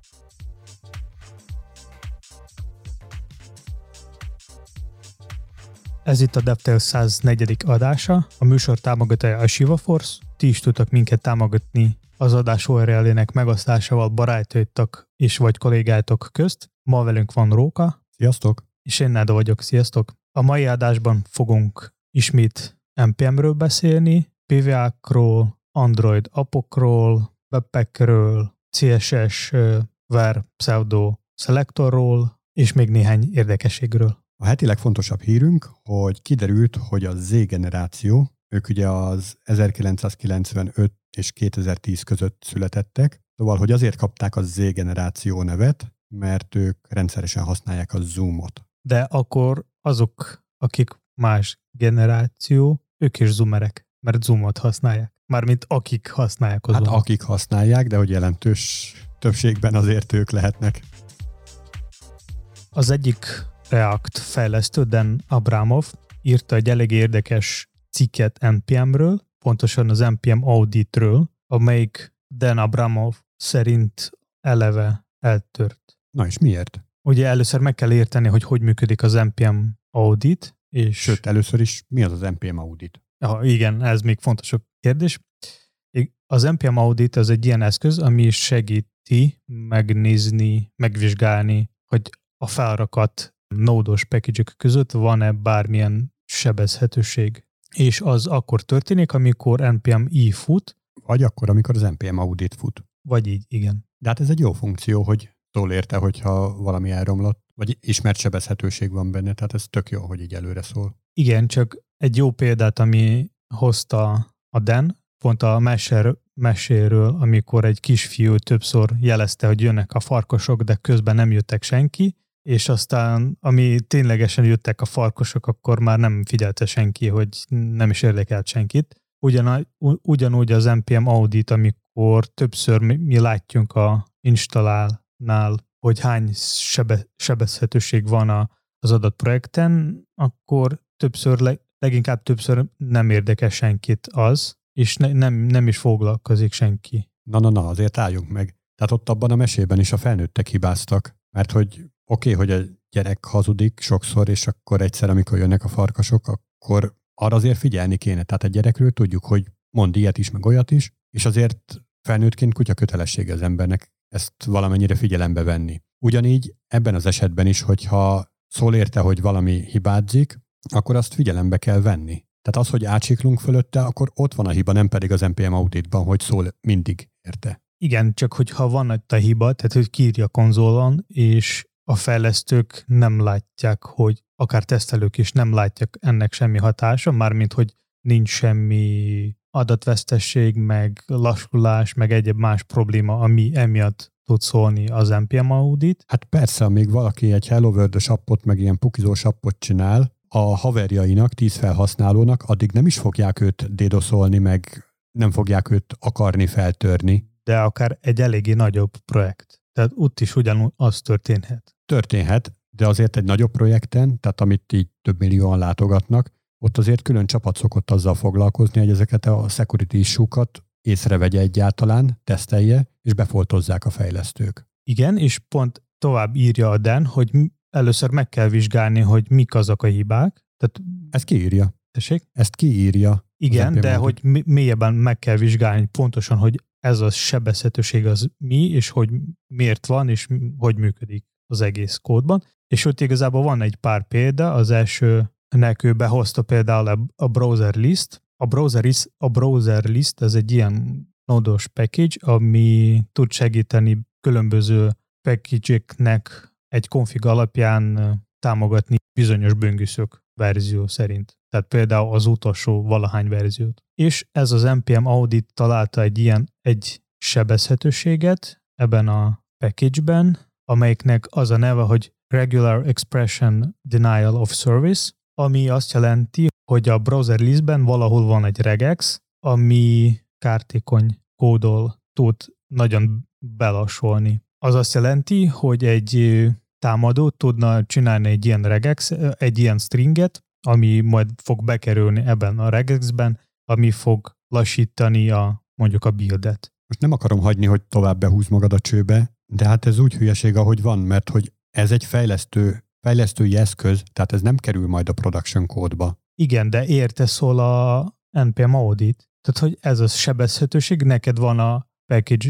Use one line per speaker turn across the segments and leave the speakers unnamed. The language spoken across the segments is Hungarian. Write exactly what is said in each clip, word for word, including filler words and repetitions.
Ez itt a DevTales száznegyedik adása, a műsor támogatója a ShivaForce. Ti is tudtok minket támogatni az adás u er el-ének megosztásával barátaitok és vagy kollégátok közt. Ma velünk van Róka.
Sziasztok!
És én Náda vagyok, sziasztok! A mai adásban fogunk ismét en pé em-ről beszélni, pé vé á-król, Android appokról, webpackről, cé es es, var, pseudo, selectorról, és még néhány érdekességről.
A heti legfontosabb hírünk, hogy kiderült, hogy a Z generáció, ők ugye az ezerkilencszázkilencvenöt és kétezer-tíz között születettek, szóval, hogy azért kapták a Z generáció nevet, mert ők rendszeresen használják a Zoomot.
De akkor azok, akik más generáció, ők is zoomerek, mert Zoomot használják. Mármint akik használják a Zoomot.
Hát akik használják, de hogy jelentős többségben azért ők lehetnek.
Az egyik React fejlesztő, Dan Abramov írta egy elég érdekes cikket en pé em-ről, pontosan az en pé em auditről, amelyik Dan Abramov szerint eleve eltört.
Na és miért?
Ugye először meg kell érteni, hogy hogy működik az en pé em audit, és...
Sőt, először is mi az az en pé em audit?
Ja, igen, ez még fontosabb kérdés. Az en pé em audit az egy ilyen eszköz, ami segíti megnézni, megvizsgálni, hogy a felrakat nódos package-ök között van-e bármilyen sebezhetőség. És az akkor történik, amikor en pé em i fut.
Vagy akkor, amikor az en pé em audit fut.
Vagy így, igen.
De hát ez egy jó funkció, hogy szól érte, hogyha valami elromlott, vagy ismert sebezhetőség van benne, tehát ez tök jó, hogy így előre szól.
Igen, csak egy jó példát, ami hozta a Dan, pont a mesér, meséről, amikor egy kisfiú többször jelezte, hogy jönnek a farkasok, de közben nem jöttek senki, és aztán, ami ténylegesen jöttek a farkasok, akkor már nem figyelte senki, hogy nem is érdekelt senkit. Ugyan, ugyanúgy az en pé em audit, amikor többször mi, mi látjunk a installálnál, hogy hány sebe, sebezhetőség van a, az adott projekten, akkor többször, leg, leginkább többször nem érdekel senkit az, és ne, nem, nem is foglalkozik senki.
Na, na, na, azért álljunk meg. Tehát ott abban a mesében is a felnőttek hibáztak, mert hogy oké, okay, hogy a gyerek hazudik sokszor, és akkor egyszer, amikor jönnek a farkasok, akkor arra azért figyelni kéne. Tehát a gyerekről tudjuk, hogy mond ilyet is, meg olyat is, és azért felnőttként kutya kötelessége az embernek ezt valamennyire figyelembe venni. Ugyanígy ebben az esetben is, hogyha szól érte, hogy valami hibázik, akkor azt figyelembe kell venni. Tehát az, hogy átsiklunk fölötte, akkor ott van a hiba, nem pedig az en pé em auditban, hogy szól mindig érte.
Igen, csak hogyha van egy a hiba, tehát hogy kiírja a konzolon, és a fejlesztők nem látják, hogy akár tesztelők is nem látják ennek semmi hatása, mármint, hogy nincs semmi adatvesztesség, meg lassulás, meg egyéb más probléma, ami emiatt tud szólni az en pé em audit.
Hát persze, amíg valaki egy Hello World-ös appot, meg ilyen pukizós appot csinál, a haverjainak, tíz felhasználónak addig nem is fogják őt dédoszolni, meg nem fogják őt akarni feltörni.
De akár egy eléggé nagyobb projekt. Tehát ott is ugyanúgy az történhet.
Történhet, de azért egy nagyobb projekten, tehát amit így több millióan látogatnak, ott azért külön csapat szokott azzal foglalkozni, hogy ezeket a security issue-kat észrevegye egyáltalán, tesztelje, és befoltozzák a fejlesztők.
Igen, és pont tovább írja a Dan, hogy először meg kell vizsgálni, hogy mik azok a hibák. Tehát,
ezt kiírja.
Tessék?
Ezt kiírja.
Igen, de hogy mélyebben meg kell vizsgálni pontosan, hogy ez a sebezhetőség az mi, és hogy miért van, és hogy működik az egész kódban. És ott igazából van egy pár példa. Az elsőnek ő behozta például a browser list. A browser, is, a browser list ez egy ilyen nódos package, ami tud segíteni különböző package-eknek egy config alapján támogatni bizonyos böngészők verzió szerint. Tehát például az utolsó valahány verziót. És ez az en pé em audit találta egy ilyen egy sebezhetőséget ebben a package-ben, amelyiknek az a neve, hogy Regular Expression Denial of Service, ami azt jelenti, hogy a browser listben valahol van egy regex, ami kártékony kódol tud nagyon belassolni. Az azt jelenti, hogy egy támadó tudna csinálni egy ilyen regex, egy ilyen stringet, ami majd fog bekerülni ebben a regexben, ami fog lassítani a, mondjuk a buildet.
Most nem akarom hagyni, hogy tovább behúz magad a csőbe, De hát ez úgy hülyeség, ahogy van, mert hogy ez egy fejlesztő, fejlesztői eszköz, tehát ez nem kerül majd a production kódba.
Igen, de érte szól a en pé em audit. Tehát, hogy ez a sebezhetőség neked van a package,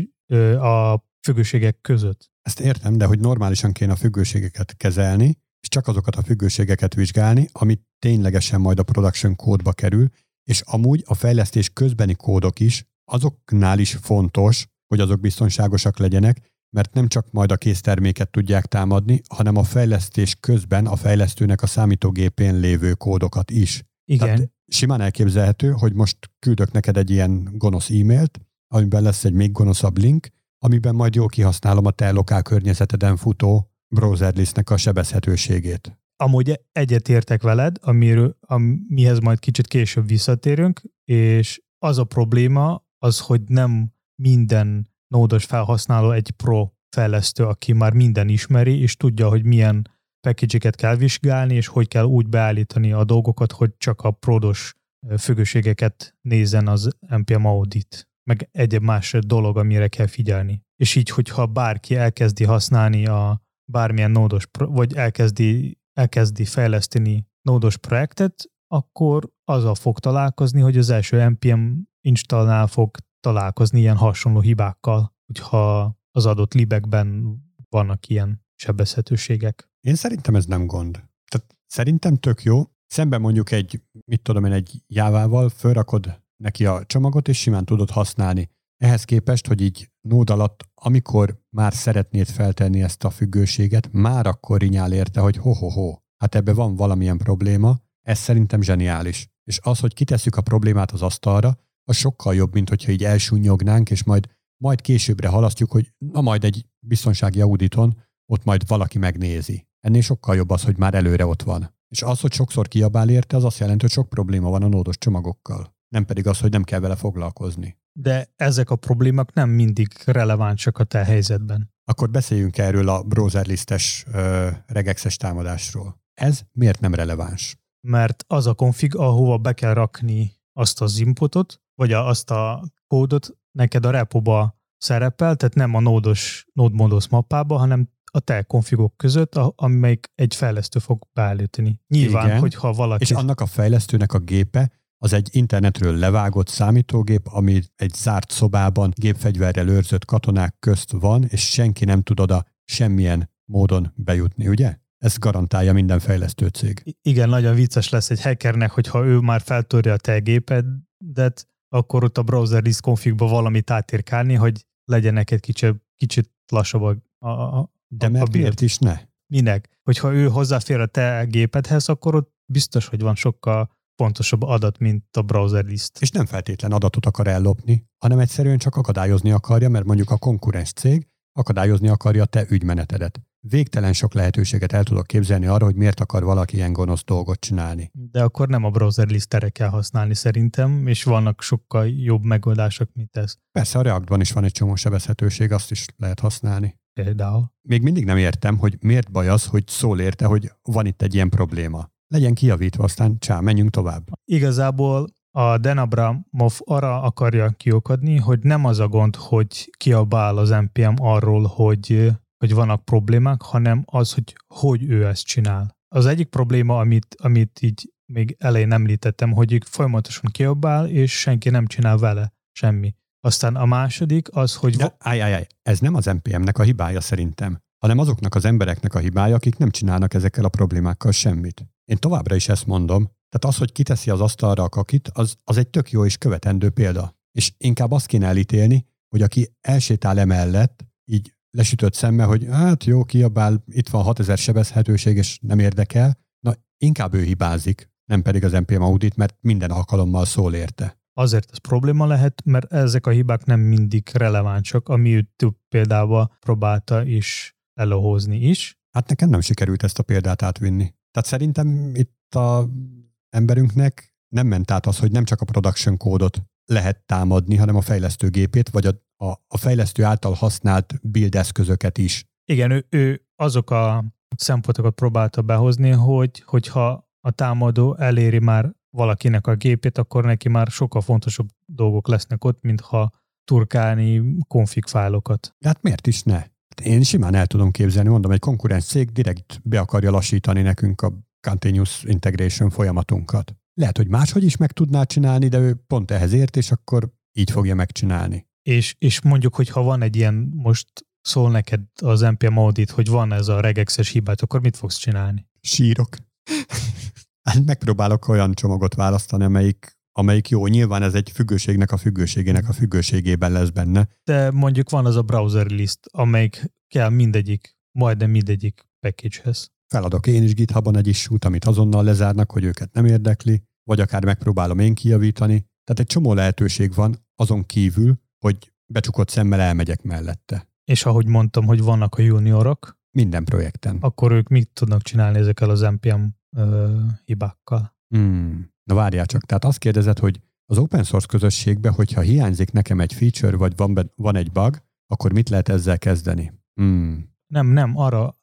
a függőségek között.
Ezt értem, de hogy normálisan kéne a függőségeket kezelni, és csak azokat a függőségeket vizsgálni, amit ténylegesen majd a production kódba kerül, és amúgy a fejlesztés közbeni kódok is, azoknál is fontos, hogy azok biztonságosak legyenek, mert nem csak majd a készterméket tudják támadni, hanem a fejlesztés közben a fejlesztőnek a számítógépén lévő kódokat is.
Igen.
Tehát simán elképzelhető, hogy most küldök neked egy ilyen gonosz e-mailt, amiben lesz egy még gonoszabb link, amiben majd jól kihasználom a te lokál környezeteden futó browserlistnek a sebezhetőségét.
Amúgy egyetértek veled, amiről, amihez majd kicsit később visszatérünk, és az a probléma az, hogy nem minden nódos felhasználó egy pro fejlesztő, aki már minden ismeri, és tudja, hogy milyen package-eket kell vizsgálni, és hogy kell úgy beállítani a dolgokat, hogy csak a pródos függőségeket nézzen az en pé em audit, meg egyéb más dolog, amire kell figyelni. És így, hogyha bárki elkezdi használni a bármilyen nódos, vagy elkezdi, elkezdi fejleszteni nódos projektet, akkor azzal fog találkozni, hogy az első en pé em installnál fog találkozni ilyen hasonló hibákkal, hogyha az adott libekben vannak ilyen sebezhetőségek.
Én szerintem ez nem gond. Tehát szerintem tök jó. Szemben mondjuk egy, mit tudom én, egy jávával fölrakod neki a csomagot, és simán tudod használni. Ehhez képest, hogy így nód alatt, amikor már szeretnéd feltenni ezt a függőséget, már akkor rinyál érte, hogy ho-ho-ho, hát ebbe van valamilyen probléma, ez szerintem zseniális. És az, hogy kitesszük a problémát az asztalra, az sokkal jobb, mint hogyha így elsúnyognánk, és majd, majd későbbre halasztjuk, hogy na majd egy biztonsági auditon ott majd valaki megnézi. Ennél sokkal jobb az, hogy már előre ott van. És az, hogy sokszor kiabál érte, az azt jelenti, hogy sok probléma van a nódos csomagokkal. Nem pedig az, hogy nem kell vele foglalkozni.
De ezek a problémák nem mindig relevánsak a te helyzetben.
Akkor beszéljünk erről a browserlistes uh, regexes támadásról. Ez miért nem releváns?
Mert az a config, ahova be kell rakni azt az inputot, vagy azt a kódot neked a repóba szerepel, tehát nem a nódos, node-modos mappába, hanem a te konfigok között, amelyik egy fejlesztő fog beállítani. Nyilván, igen, hogyha valaki...
És annak a fejlesztőnek a gépe az egy internetről levágott számítógép, ami egy zárt szobában gépfegyverrel őrzött katonák közt van, és senki nem tud oda semmilyen módon bejutni, ugye? Ez garantálja minden fejlesztő cég.
Igen, nagyon vicces lesz egy hackernek, hogyha ő már feltörje a te gépedet, akkor ott a browser list configba valamit átírkálni, hogy legyenek egy kicsit, kicsit lassabb a, a,
De mert
a
miért is ne?
Minek? Hogyha ő hozzáfér a te gépedhez, akkor ott biztos, hogy van sokkal fontosabb adat, mint a browser list.
És nem feltétlen adatot akar ellopni, hanem egyszerűen csak akadályozni akarja, mert mondjuk a konkurens cég akadályozni akarja a te ügymenetedet. Végtelen sok lehetőséget el tudok képzelni arra, hogy miért akar valaki ilyen gonosz dolgot csinálni.
De akkor nem a browser listre kell használni szerintem, és vannak sokkal jobb megoldások, mint ez.
Persze a Reactban is van egy csomó sebezhetőség, azt is lehet használni.
Például. Még
mindig nem értem, hogy miért baj az, hogy szól érte, hogy van itt egy ilyen probléma. Legyen kijavítva, aztán csá, menjünk tovább.
Igazából a Dan Abramov arra akarja kiokadni, hogy nem az a gond, hogy kiabál az en pé em arról, hogy, hogy vannak problémák, hanem az, hogy hogy ő ezt csinál. Az egyik probléma, amit, amit így még elején említettem, hogy folyamatosan kiabál, és senki nem csinál vele semmi. Aztán a második az, hogy...
De, állj, állj, állj. Ez nem az en pé em-nek a hibája szerintem, hanem azoknak az embereknek a hibája, akik nem csinálnak ezekkel a problémákkal semmit. Én továbbra is ezt mondom. Tehát az, hogy kiteszi az asztalra a kakit, az, az egy tök jó és követendő példa. És inkább azt kéne elítélni, hogy aki elsétál emellett, így lesütött szemmel, hogy hát jó, kiabál, itt van hatezer sebezhetőség, és nem érdekel, na inkább ő hibázik, nem pedig az en pé em audit, mert minden alkalommal szól érte.
Azért ez probléma lehet, mert ezek a hibák nem mindig relevánsak, ami ő több példával próbálta is előhozni is.
Hát nekem nem sikerült ezt a példát átvinni. Tehát szerintem itt a emberünknek nem ment át az, hogy nem csak a production kódot lehet támadni, hanem a fejlesztőgépét, vagy a, a, a fejlesztő által használt build eszközöket is.
Igen, ő, ő azok a szempontokat próbálta behozni, hogy hogyha a támadó eléri már valakinek a gépét, akkor neki már sokkal fontosabb dolgok lesznek ott, mint ha turkálni config fájlokat.
Hát miért is ne? Én simán el tudom képzelni, mondom, egy konkurens cég direkt be akarja lassítani nekünk a continuous integration folyamatunkat. Lehet, hogy máshogy is meg tudná csinálni, de ő pont ehhez ért, és akkor így fogja megcsinálni.
És, és mondjuk, hogy ha van egy ilyen, most szól neked az en pé em audit, hogy van ez a regexes hibát, akkor mit fogsz csinálni?
Sírok. Megpróbálok olyan csomagot választani, amelyik amelyik jó, nyilván ez egy függőségnek a függőségének a függőségében lesz benne.
De mondjuk van az a browser list, amelyik kell mindegyik, majdnem mindegyik package-hez.
Feladok én is GitHubon egy issue-t, amit azonnal lezárnak, hogy őket nem érdekli, vagy akár megpróbálom én kijavítani. Tehát egy csomó lehetőség van azon kívül, hogy becsukott szemmel elmegyek mellette.
És ahogy mondtam, hogy vannak a juniorok,
minden projekten.
Akkor ők mit tudnak csinálni ezekkel az en pé em ö, hibákkal?
Hmm. Na várjál csak, tehát azt kérdezed, hogy az open source közösségben, hogyha hiányzik nekem egy feature, vagy van, be, van egy bug, akkor mit lehet ezzel kezdeni? Hmm.
Nem, nem, arra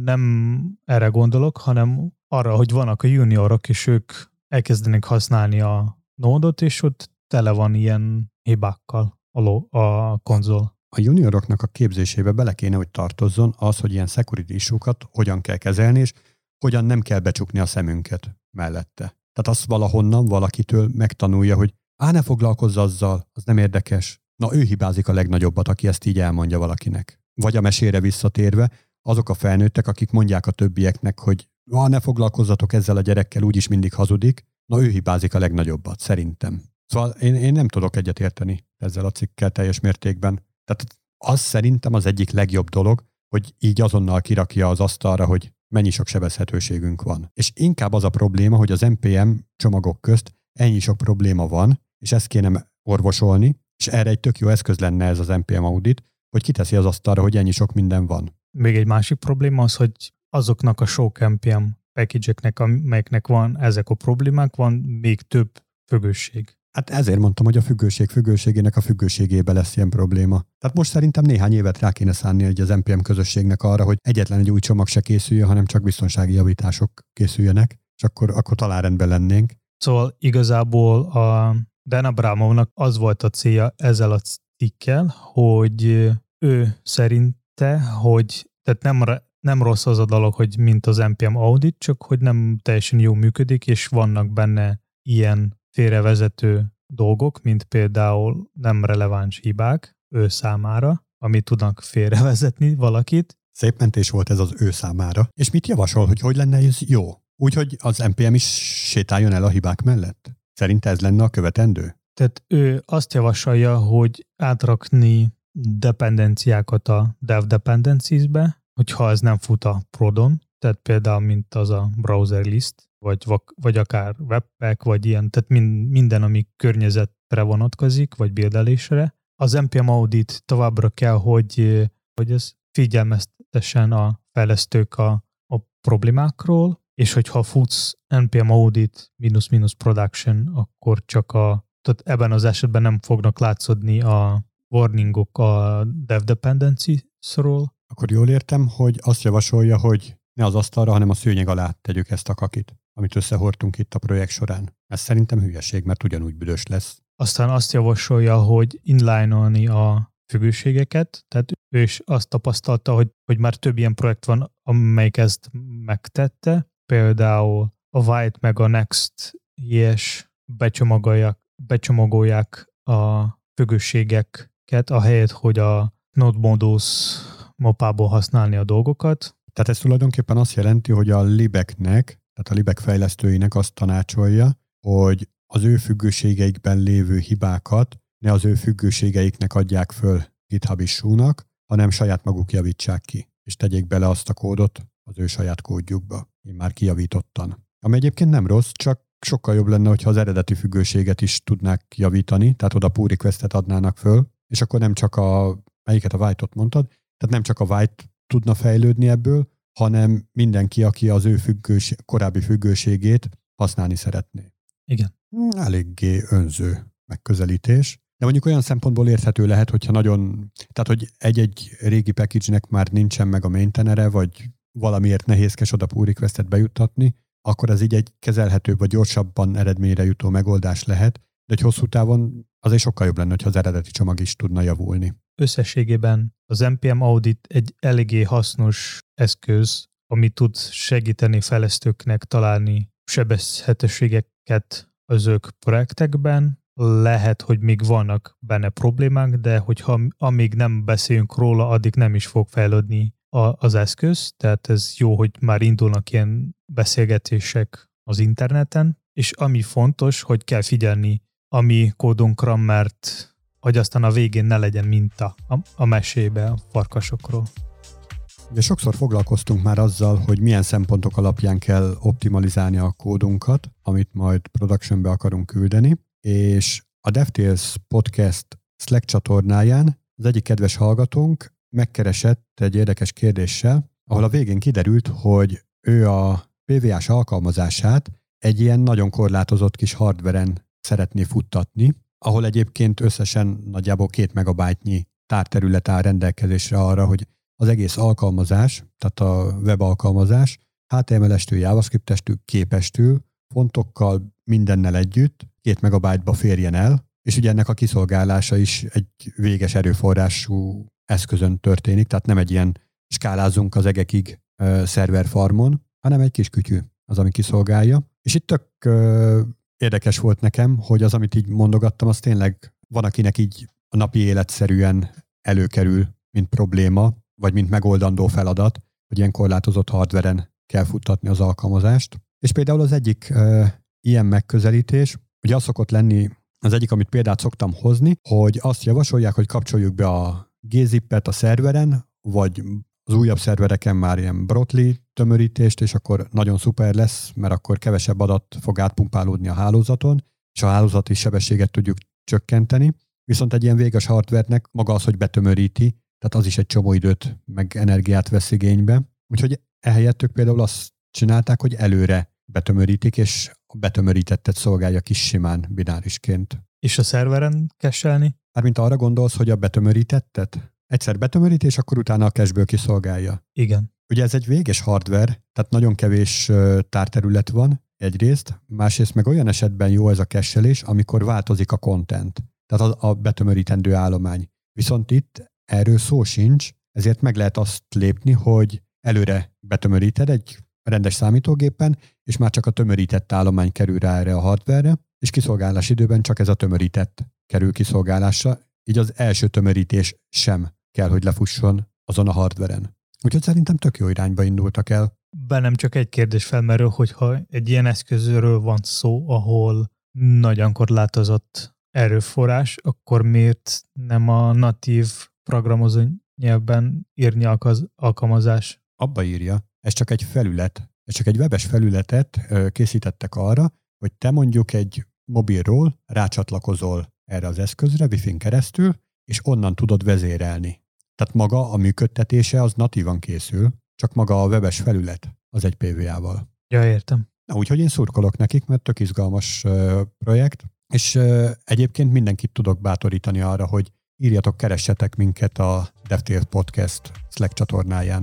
nem erre gondolok, hanem arra, hogy vannak a juniorok, és ők elkezdenek használni a nódot, és ott tele van ilyen hibákkal a, lo- a konzol.
A junioroknak a képzésébe bele kéne, hogy tartozzon az, hogy ilyen security issue-kat hogyan kell kezelni, és hogyan nem kell becsukni a szemünket mellette. Tehát azt valahonnan valakitől megtanulja, hogy á, ne foglalkozz azzal, az nem érdekes. Na, ő hibázik a legnagyobbat, aki ezt így elmondja valakinek. Vagy a mesére visszatérve, azok a felnőttek, akik mondják a többieknek, hogy á, ne foglalkozzatok ezzel a gyerekkel, úgyis mindig hazudik. Na, ő hibázik a legnagyobbat, szerintem. Szóval én, én nem tudok egyet érteni ezzel a cikkel teljes mértékben. Tehát az szerintem az egyik legjobb dolog, hogy így azonnal kirakja az asztalra, hogy mennyi sok sebezhetőségünk van. És inkább az a probléma, hogy az en pé em csomagok közt ennyi sok probléma van, és ezt kéne orvosolni, és erre egy tök jó eszköz lenne ez az en pé em audit, hogy kiteszi az asztalra, hogy ennyi sok minden van.
Még egy másik probléma az, hogy azoknak a sok en pé em package-eknek, amelyeknek van ezek a problémák, van még több függőség.
Hát ezért mondtam, hogy a függőség függőségének a függőségében lesz ilyen probléma. Tehát most szerintem néhány évet rá kéne szánni egy az en pé em közösségnek arra, hogy egyetlen egy új csomag se készüljön, hanem csak biztonsági javítások készüljenek, és akkor, akkor talán rendben lennénk.
Szóval igazából a Dan Abramovnak az volt a célja ezzel a cikkel, hogy ő szerinte, hogy tehát nem, nem rossz az a dolog, hogy mint az en pé em audit, csak hogy nem teljesen jól működik, és vannak benne ilyen félrevezető dolgok, mint például nem releváns hibák ő számára, amit tudnak félrevezetni valakit.
Szép mentés volt ez az ő számára. És mit javasol, hogy hogy lenne ez jó? Úgyhogy az en pé em is sétáljon el a hibák mellett? Szerint ez lenne a követendő?
Tehát ő azt javasolja, hogy átrakni dependenciákat a dev dependencies-be, hogyha ez nem fut a prodon, tehát például mint az a browser list, vagy, vagy akár webpack, vagy ilyen, tehát mind, minden, ami környezetre vonatkozik, vagy bildelésre. Az en pé em audit továbbra kell, hogy, hogy ez figyelmeztessen a fejlesztők a, a problémákról, és hogyha futsz en pé em audit minus minus production, akkor csak a, tehát ebben az esetben nem fognak látszódni a warningok a dev dependencies-ról.
Akkor jól értem, hogy azt javasolja, hogy ne az asztalra, hanem a szőnyeg alá tegyük ezt a kakit, amit összehordtunk itt a projekt során. Ez szerintem hülyeség, mert ugyanúgy büdös lesz.
Aztán azt javasolja, hogy inline-olni a függőségeket, tehát ő is azt tapasztalta, hogy, hogy már több ilyen projekt van, amelyik ezt megtette. Például a White meg a Next.js becsomagolják, becsomagolják a függőségeket, ahelyett, hogy a Node Modules mapából használni a dolgokat.
Tehát ez tulajdonképpen azt jelenti, hogy a libeknek, tehát a libek fejlesztőinek azt tanácsolja, hogy az ő függőségeikben lévő hibákat ne az ő függőségeiknek adják föl GitHub issue-nak, hanem saját maguk javítsák ki, és tegyék bele azt a kódot az ő saját kódjukba, én már kijavítottan. Ami egyébként nem rossz, csak sokkal jobb lenne, hogyha az eredeti függőséget is tudnák javítani, tehát oda pull requestet adnának föl, és akkor nem csak a, melyiket a White-ot mondtad, tehát nem csak a White tudna fejlődni ebből, hanem mindenki, aki az ő függőség, korábbi függőségét használni szeretné.
Igen.
Eléggé önző megközelítés. De mondjuk olyan szempontból érthető lehet, hogyha nagyon, tehát hogy egy-egy régi package-nek már nincsen meg a maintainere, vagy valamiért nehézkes oda pull requestet bejuttatni, akkor ez így egy kezelhetőbb vagy gyorsabban eredményre jutó megoldás lehet, de egy hosszú távon azért sokkal jobb lenne, hogyha az eredeti csomag is tudna javulni.
összességében az en pé em Audit egy eléggé hasznos eszköz, ami tud segíteni fejlesztőknek találni sebezhetőségeket az ők projektekben. Lehet, hogy még vannak benne problémák, de hogyha amíg nem beszélünk róla, addig nem is fog fejlődni a, az eszköz, tehát ez jó, hogy már indulnak ilyen beszélgetések az interneten, és ami fontos, hogy kell figyelni a mi kódunkra, mert hogy aztán a végén ne legyen minta a, a mesébe a farkasokról.
Ugye sokszor foglalkoztunk már azzal, hogy milyen szempontok alapján kell optimalizálni a kódunkat, amit majd productionbe akarunk küldeni, és a DevTales Podcast Slack csatornáján az egyik kedves hallgatónk megkeresett egy érdekes kérdéssel, ahol a végén kiderült, hogy ő a pé vé á-s alkalmazását egy ilyen nagyon korlátozott kis hardveren szeretné futtatni, ahol egyébként összesen nagyjából két megabájtnyi tárterület áll rendelkezésre arra, hogy az egész alkalmazás, tehát a web alkalmazás há té em el-estől, JavaScript-estől, képestől, fontokkal, mindennel együtt két megabájtba férjen el, és ugye ennek a kiszolgálása is egy véges erőforrású eszközön történik, tehát nem egy ilyen skálázunk az egekig uh, szerverfarmon, hanem egy kis kütyű az, ami kiszolgálja. És itt tök uh, érdekes volt nekem, hogy az, amit így mondogattam, az tényleg van, akinek így a napi életszerűen előkerül, mint probléma, vagy mint megoldandó feladat, hogy ilyen korlátozott hardveren kell futtatni az alkalmazást. És például az egyik uh, ilyen megközelítés, ugye az szokott lenni, az egyik, amit példát szoktam hozni, hogy azt javasolják, hogy kapcsoljuk be a gzipet a szerveren, vagy az újabb szervereken már ilyen Brotli tömörítést, és akkor nagyon szuper lesz, mert akkor kevesebb adat fog átpumpálódni a hálózaton, és a hálózati sebességet tudjuk csökkenteni. Viszont egy ilyen véges hardvernek maga az, hogy betömöríti, tehát az is egy csomó időt, meg energiát vesz igénybe. Úgyhogy ehelyett ők például azt csinálták, hogy előre betömörítik, és a betömörítettet szolgálja kis simán binárisként.
És a szerveren cache-elni?
Mármint arra gondolsz, hogy a betömörítettet? Egyszer betömörít, és akkor utána a cache-ből kiszolgálja.
Igen.
Ugye ez egy véges hardware, tehát nagyon kevés tárterület van egyrészt, másrészt meg olyan esetben jó ez a cache-elés, amikor változik a content, tehát a, a betömörítendő állomány. Viszont itt erről szó sincs, ezért meg lehet azt lépni, hogy előre betömöríted egy rendes számítógépen, és már csak a tömörített állomány kerül rá erre a hardware-re, és kiszolgálás időben csak ez a tömörített kerül kiszolgálásra, így az első tömörítés sem kell, hogy lefusson azon a hardveren. Úgyhogy szerintem tök jó irányba indultak el.
Bennem csak egy kérdés felmerül, hogyha egy ilyen eszközről van szó, ahol nagyon korlátozott erőforrás, akkor miért nem a natív programozó nyelvben írni az alkalmazás?
Abba írja, ez csak egy felület, ez csak egy webes felületet készítettek arra, hogy te mondjuk egy mobilról rácsatlakozol erre az eszközre, Wi-Fi-n keresztül, és onnan tudod vezérelni. Tehát maga a működtetése az natívan készül, csak maga a webes felület az egy pé vé á-val.
Ja, értem.
Na, úgyhogy én szurkolok nekik, mert tök izgalmas uh, projekt, és uh, egyébként mindenkit tudok bátorítani arra, hogy írjatok, keressetek minket a DevTales Podcast Slack csatornáján.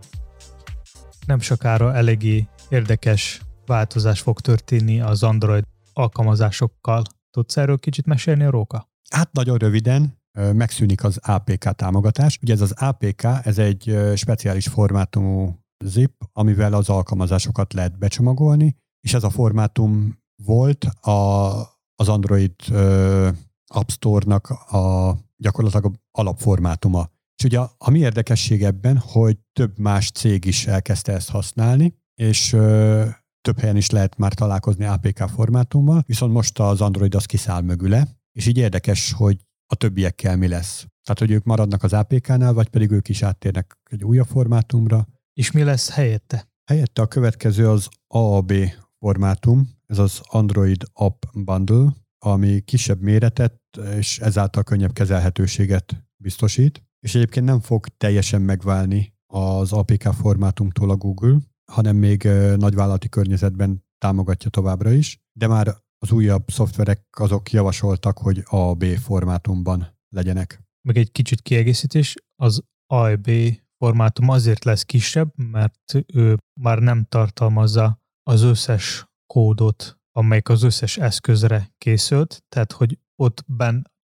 Nem sokára eléggé érdekes változás fog történni az Android alkalmazásokkal. Tudsz erről kicsit mesélni, Róka?
Hát nagyon röviden, megszűnik az á pé ká támogatás. Ugye ez az á pé ká, ez egy speciális formátumú zip, amivel az alkalmazásokat lehet becsomagolni, és ez a formátum volt a, az Android uh, App Store-nak a gyakorlatilag alapformátuma. És ugye a mi érdekesség ebben, hogy több más cég is elkezdte ezt használni, és uh, több helyen is lehet már találkozni á pé ká formátummal, viszont most az Android az kiszáll mögüle, és így érdekes, hogy a többiekkel mi lesz. Tehát, hogy ők maradnak az á pé ká-nál, vagy pedig ők is áttérnek egy újabb formátumra.
És mi lesz helyette?
Helyette a következő az á á bé formátum, ez az Android App Bundle, ami kisebb méretet és ezáltal könnyebb kezelhetőséget biztosít. És egyébként nem fog teljesen megválni az á pé ká formátumtól a Google, hanem még nagyvállalati környezetben támogatja továbbra is, de már az újabb szoftverek azok javasoltak, hogy á á bé formátumban legyenek.
Meg egy kicsit kiegészítés, az á á bé formátum azért lesz kisebb, mert ő már nem tartalmazza az összes kódot, amelyik az összes eszközre készült, tehát hogy ott benn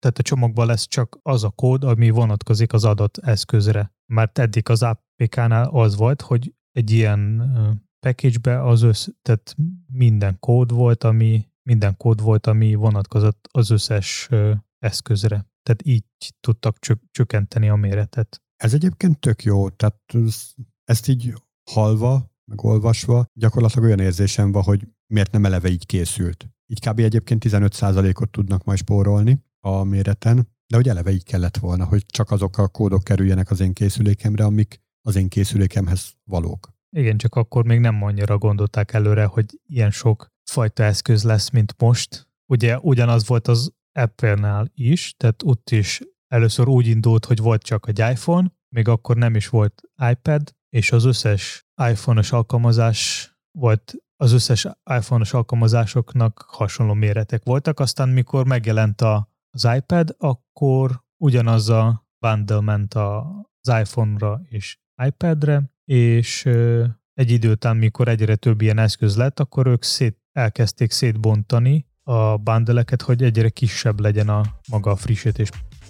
tehát a csomagban lesz csak az a kód, ami vonatkozik az adott eszközre. Mert eddig az á pé ká-nál az volt, hogy egy ilyen package-be az össz, tehát minden kód volt, ami minden kód volt, ami vonatkozott az összes eszközre. Tehát így tudtak csök, csökkenteni a méretet.
Ez egyébként tök jó, tehát ezt így hallva, meg olvasva, gyakorlatilag olyan érzésem van, hogy miért nem eleve így készült. Így kb. Egyébként tizenöt százalékot tudnak majd spórolni a méreten, de hogy eleve így kellett volna, hogy csak azok a kódok kerüljenek az én készülékemre, amik az én készülékemhez valók.
Igen, csak akkor még nem annyira gondolták előre, hogy ilyen sok fajta eszköz lesz, mint most. Ugye ugyanaz volt az Apple-nál is, tehát ott is először úgy indult, hogy volt csak egy iPhone, még akkor nem is volt iPad, és az összes iPhone-os alkalmazás volt, az összes iPhone-os alkalmazásoknak hasonló méretek voltak, aztán mikor megjelent a, az iPad, akkor ugyanaz a bundle ment az iPhone-ra és iPad-re, és egy idő után, mikor egyre több ilyen eszköz lett, akkor ők szét, elkezdték szétbontani a bundle-eket, hogy egyre kisebb legyen a maga a frissítés.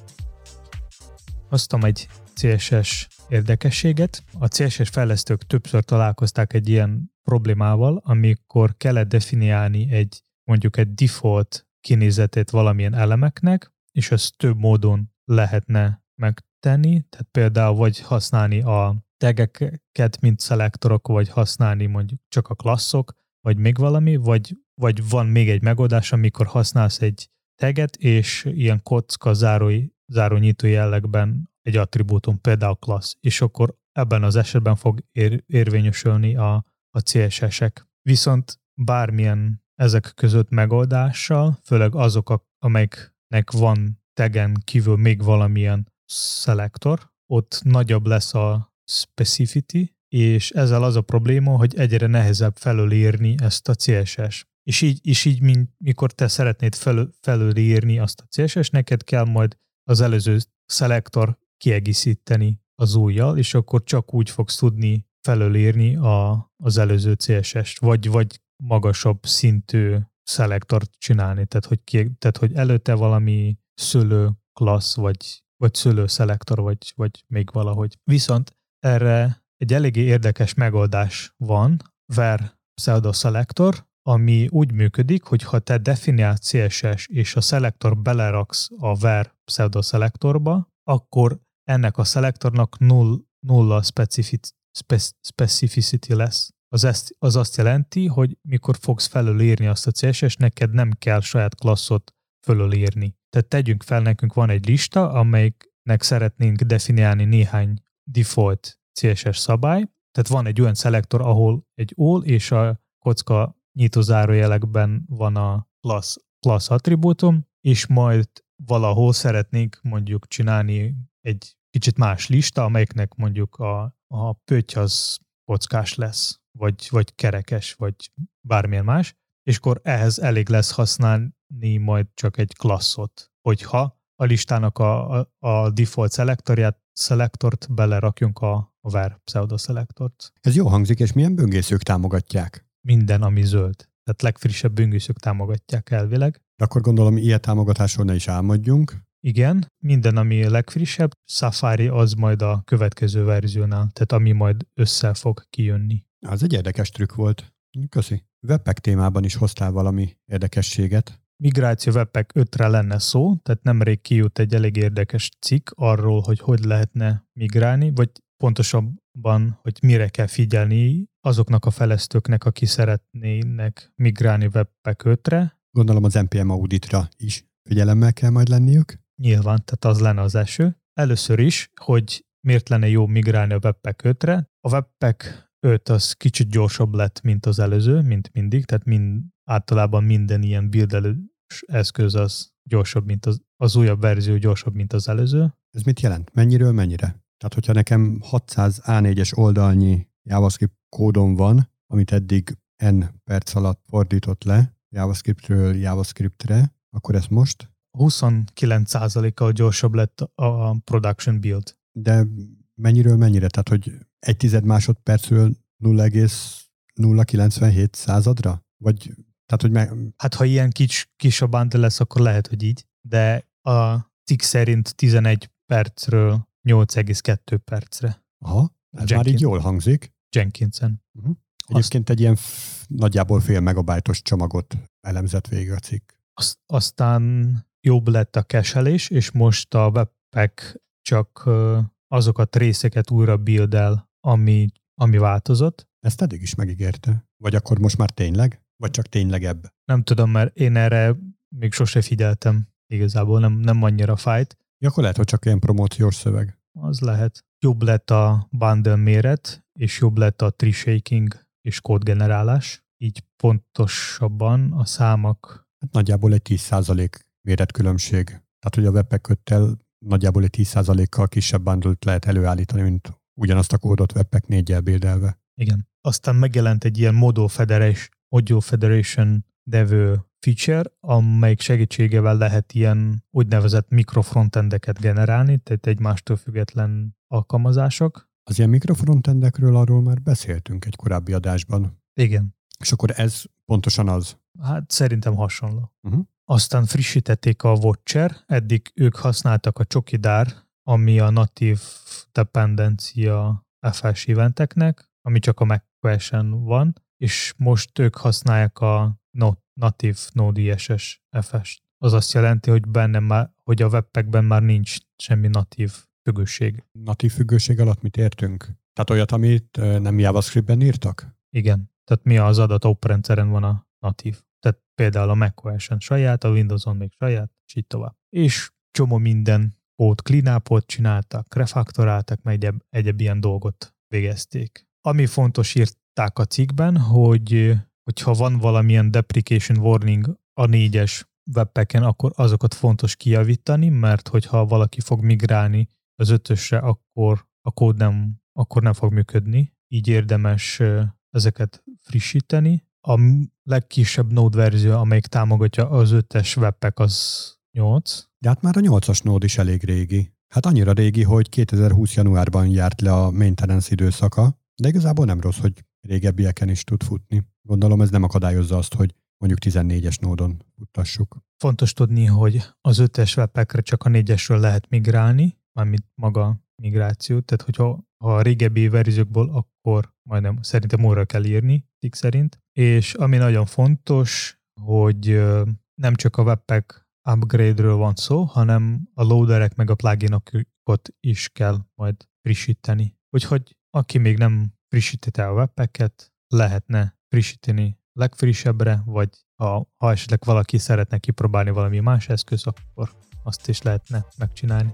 Hoztam egy cé es es érdekességet. A cé es es fejlesztők többször találkozták egy ilyen problémával, amikor kellett definiálni egy, mondjuk egy default kinézetét valamilyen elemeknek, és ezt több módon lehetne megtenni, tehát például vagy használni a tageket, mint szelektorok, vagy használni mondjuk csak a klasszok, vagy még valami, vagy, vagy van még egy megoldás, amikor használsz egy taget, és ilyen kocka zárói, zárónyitó jellegben egy attribútum, például klassz, és akkor ebben az esetben fog ér, érvényesülni a, a cé es es-ek. Viszont bármilyen ezek között megoldással, főleg azok, amelyeknek van tagen kívül még valamilyen szelektor, ott nagyobb lesz a specificity, és ezzel az a probléma, hogy egyre nehezebb felülírni ezt a cé es es. És így, és így mint, mikor te szeretnéd felül, felülírni azt a cé es es, neked kell majd az előző szelektor kiegészíteni az újjal, és akkor csak úgy fogsz tudni felülírni a, az előző cé es es-t, vagy, vagy magasabb szintű szelektort csinálni, tehát hogy, ki, tehát, hogy előtte valami szülő klassz, vagy, vagy szülő szelektor, vagy, vagy még valahogy. Viszont erre egy eléggé érdekes megoldás van, var pseudo selector, ami úgy működik, hogy ha te definiálsz cé es es és a szelektor beleraksz a var pseudo selectorba, akkor ennek a szelektornak null, nulla specific, spec, specificity lesz. Az, ezt, az azt jelenti, hogy mikor fogsz felülírni azt a cé es es, neked nem kell saját klasszot felülírni. Tehát tegyünk fel, nekünk van egy lista, amelyiknek szeretnénk definiálni néhány default cé es es szabály. Tehát van egy olyan szelektor, ahol egy all és a kocka nyitó zárójelekben van a class, class attribútum, és majd valahol szeretnénk mondjuk csinálni egy kicsit más lista, amelyiknek mondjuk a, a pötty az kockás lesz, vagy, vagy kerekes, vagy bármilyen más, és akkor ehhez elég lesz használni majd csak egy klasszot, hogyha a listának a, a, a default szelektorját, szelektort belerakjunk a, a var pseudo szelektort.
Ez jó hangzik, és milyen böngészők támogatják?
Minden, ami zöld. Tehát legfrissebb böngészők támogatják elvileg.
De akkor gondolom, ilyen támogatásról ne is álmodjunk.
Igen, minden, ami legfrissebb, Safari az majd a következő verziónál, tehát ami majd össze fog kijönni.
Az egy érdekes trükk volt. Köszi. Webpack témában is hoztál valami érdekességet.
Migráció Webpack ötre lenne szó, tehát nemrég kijött egy elég érdekes cikk arról, hogy hogy lehetne migrálni, vagy pontosabban, hogy mire kell figyelni azoknak a fejlesztőknek, akik szeretnének migrálni Webpack ötre.
Gondolom az en pé em auditra is figyelemmel kell majd lenniük.
Nyilván, tehát az lenne az első. Először is, hogy miért lenne jó migrálni a Webpack ötre. A Webpack öt az kicsit gyorsabb lett, mint az előző, mint mindig, tehát mind, általában minden ilyen buildelős eszköz az gyorsabb, mint az, az újabb verzió gyorsabb, mint az előző.
Ez mit jelent? Mennyiről mennyire? Tehát, hogyha nekem hatszáz á négyes oldalnyi JavaScript kódom van, amit eddig n perc alatt fordított le JavaScriptről JavaScriptre, akkor ez most?
huszonkilenc százalékkal gyorsabb lett a production build.
De mennyiről mennyire? Tehát, hogy egy tized másodpercről nulla egész nulla kilencvenhét századra? Vagy, tehát, hogy meg...
Hát, ha ilyen kis, kis a bundle lesz, akkor lehet, hogy így, de a cikk szerint tizenegy percről nyolc egész kettő percre.
Aha, ez Jenkins, már így jól hangzik.
Jenkinsen.
Uh-huh. Egyébként Azt, egy ilyen f- nagyjából fél megabájtos csomagot elemzett végig a cikk.
Azt, aztán jobb lett a cache-elés, és most a Webpack csak azokat részeket újra build-el, ami, ami változott.
Ezt eddig is megígérte? Vagy akkor most már tényleg? Vagy csak tényleg ebb?
Nem tudom, mert én erre még sose figyeltem. Igazából nem, nem annyira fájt.
Ja, akkor lehet, hogy csak ilyen promóciós szöveg.
Az lehet. Jobb lett a bundle méret, és jobb lett a tree shaking és kódgenerálás. Így pontosabban a számok.
Hát nagyjából egy tíz százalék méretkülönbség. Tehát, hogy a Webpack-öttel nagyjából egy tíz százalékkal kisebb bundle-t lehet előállítani, mint ugyanazt a kódot Webpack négyel buildelve.
Igen. Aztán megjelent egy ilyen Modo Federation, Modo Federation nevű feature, amelyik segítségevel lehet ilyen úgynevezett mikrofrontendeket generálni, tehát egymástól független alkalmazások.
Az ilyen mikrofrontendekről arról már beszéltünk egy korábbi adásban.
Igen.
És akkor ez pontosan az?
Hát szerintem hasonló.
Uh-huh.
Aztán frissítették a Watcher, eddig ők használtak a Chokidar, ami a natív dependencia ef es eventeknek, ami csak a macOS-en van, és most ők használják a natív Node.js ef es-t. Az azt jelenti, hogy benne már, hogy a Webpackben már nincs semmi natív függőség.
Natív függőség alatt mit értünk? Tehát olyat, amit nem JavaScriptben írtak?
Igen. Tehát mi az adat operendszeren van a natív. Tehát például a macOS-en saját, a Windowson még saját, és így tovább. És csomó minden kód clean-upot csináltak, refaktoráltak, meg egyéb, egyéb ilyen dolgot végezték. Ami fontos, írták a cikkben, hogy hogyha van valamilyen deprecation warning a négyes Webpacken, akkor azokat fontos kijavítani, mert hogyha valaki fog migrálni az ötösre, akkor a kód nem, akkor nem fog működni. Így érdemes ezeket frissíteni. A legkisebb Node verzió, amelyik támogatja az ötös Webpack, az nyolc.
De hát már a nyolcas Node is elég régi. Hát annyira régi, hogy kétezer-húsz januárban járt le a maintenance időszaka, de igazából nem rossz, hogy régebbieken is tud futni. Gondolom ez nem akadályozza azt, hogy mondjuk tizennégyes Node-on futtassuk.
Fontos tudni, hogy az ötös Webpackre csak a négyesről lehet migrálni, mármint maga migráció, tehát hogyha ha a régebbi verziókból, akkor majdnem szerintem óra kell írni, cikk szerint. És ami nagyon fontos, hogy nem csak a Webpack upgrade-ről van szó, hanem a loaderek meg a pluginokat is kell majd frissíteni. Úgyhogy aki még nem frissítette a Webpacket, lehetne frissíteni legfrissebbre, vagy ha, ha esetleg valaki szeretne kipróbálni valami más eszköz, akkor azt is lehetne megcsinálni.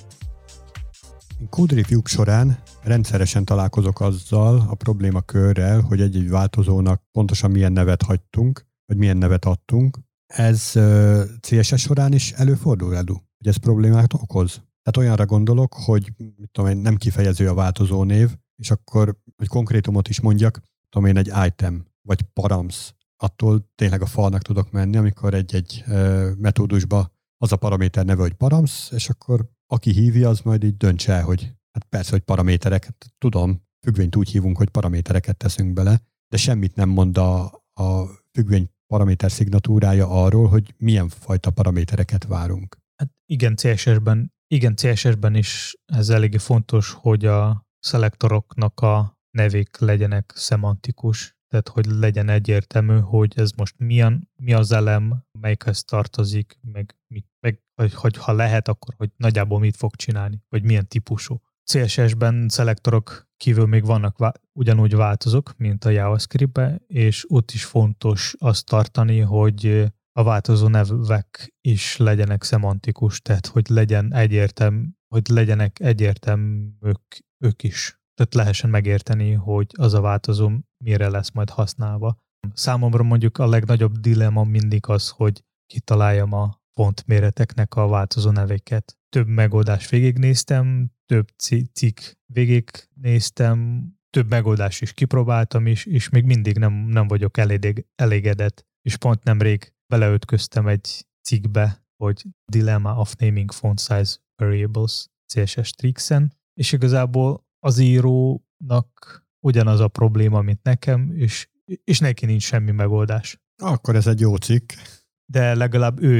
Code review-k során rendszeresen találkozok azzal a problémakörrel, hogy egy-egy változónak pontosan milyen nevet hagytunk, vagy milyen nevet adtunk. Ez uh, cé es es során is előfordul, Edu? Hogy ez problémát okoz? Tehát olyanra gondolok, hogy mit tudom én, nem kifejező a változó név, és akkor, hogy konkrétumot is mondjak, tudom én, egy item, vagy params, attól tényleg a falnak tudok menni, amikor egy-egy uh, metódusba az a paraméter neve, hogy params, és akkor aki hívja, az majd így döntse el, hogy hát persze, hogy paramétereket, tudom, függvényt úgy hívunk, hogy paramétereket teszünk bele, de semmit nem mond a, a függvény paraméter szignatúrája arról, hogy milyen fajta paramétereket várunk.
Hát igen, cé es es-ben, igen, cé es es-ben is ez eléggé fontos, hogy a szelektoroknak a nevék legyenek szemantikus, tehát hogy legyen egyértelmű, hogy ez most milyen, mi az elem, melyikhez tartozik, meg, mit, meg hogy, hogy ha lehet, akkor hogy nagyjából mit fog csinálni, vagy milyen típusú. cé es es-ben szelektorok kívül még vannak vá- ugyanúgy változók, mint a JavaScript-ben, és ott is fontos azt tartani, hogy a változó nevek is legyenek szemantikus, tehát hogy legyen egyértelmű, hogy legyenek egyértelműek ők is. Tehát lehessen megérteni, hogy az a változó mire lesz majd használva. Számomra mondjuk a legnagyobb dilemma mindig az, hogy kitaláljam a fontméreteknek a változó neveket. Több megoldást végignéztem, több cikk végignéztem, több megoldást is kipróbáltam is, és még mindig nem, nem vagyok elég, elégedett. És pont nemrég beleütköztem egy cikkbe, hogy Dilemma of Naming Font Size Variables cé es es Tricks-en, és igazából az írónak ugyanaz a probléma, mint nekem, és, és neki nincs semmi megoldás.
Akkor ez egy jó cikk.
De legalább ő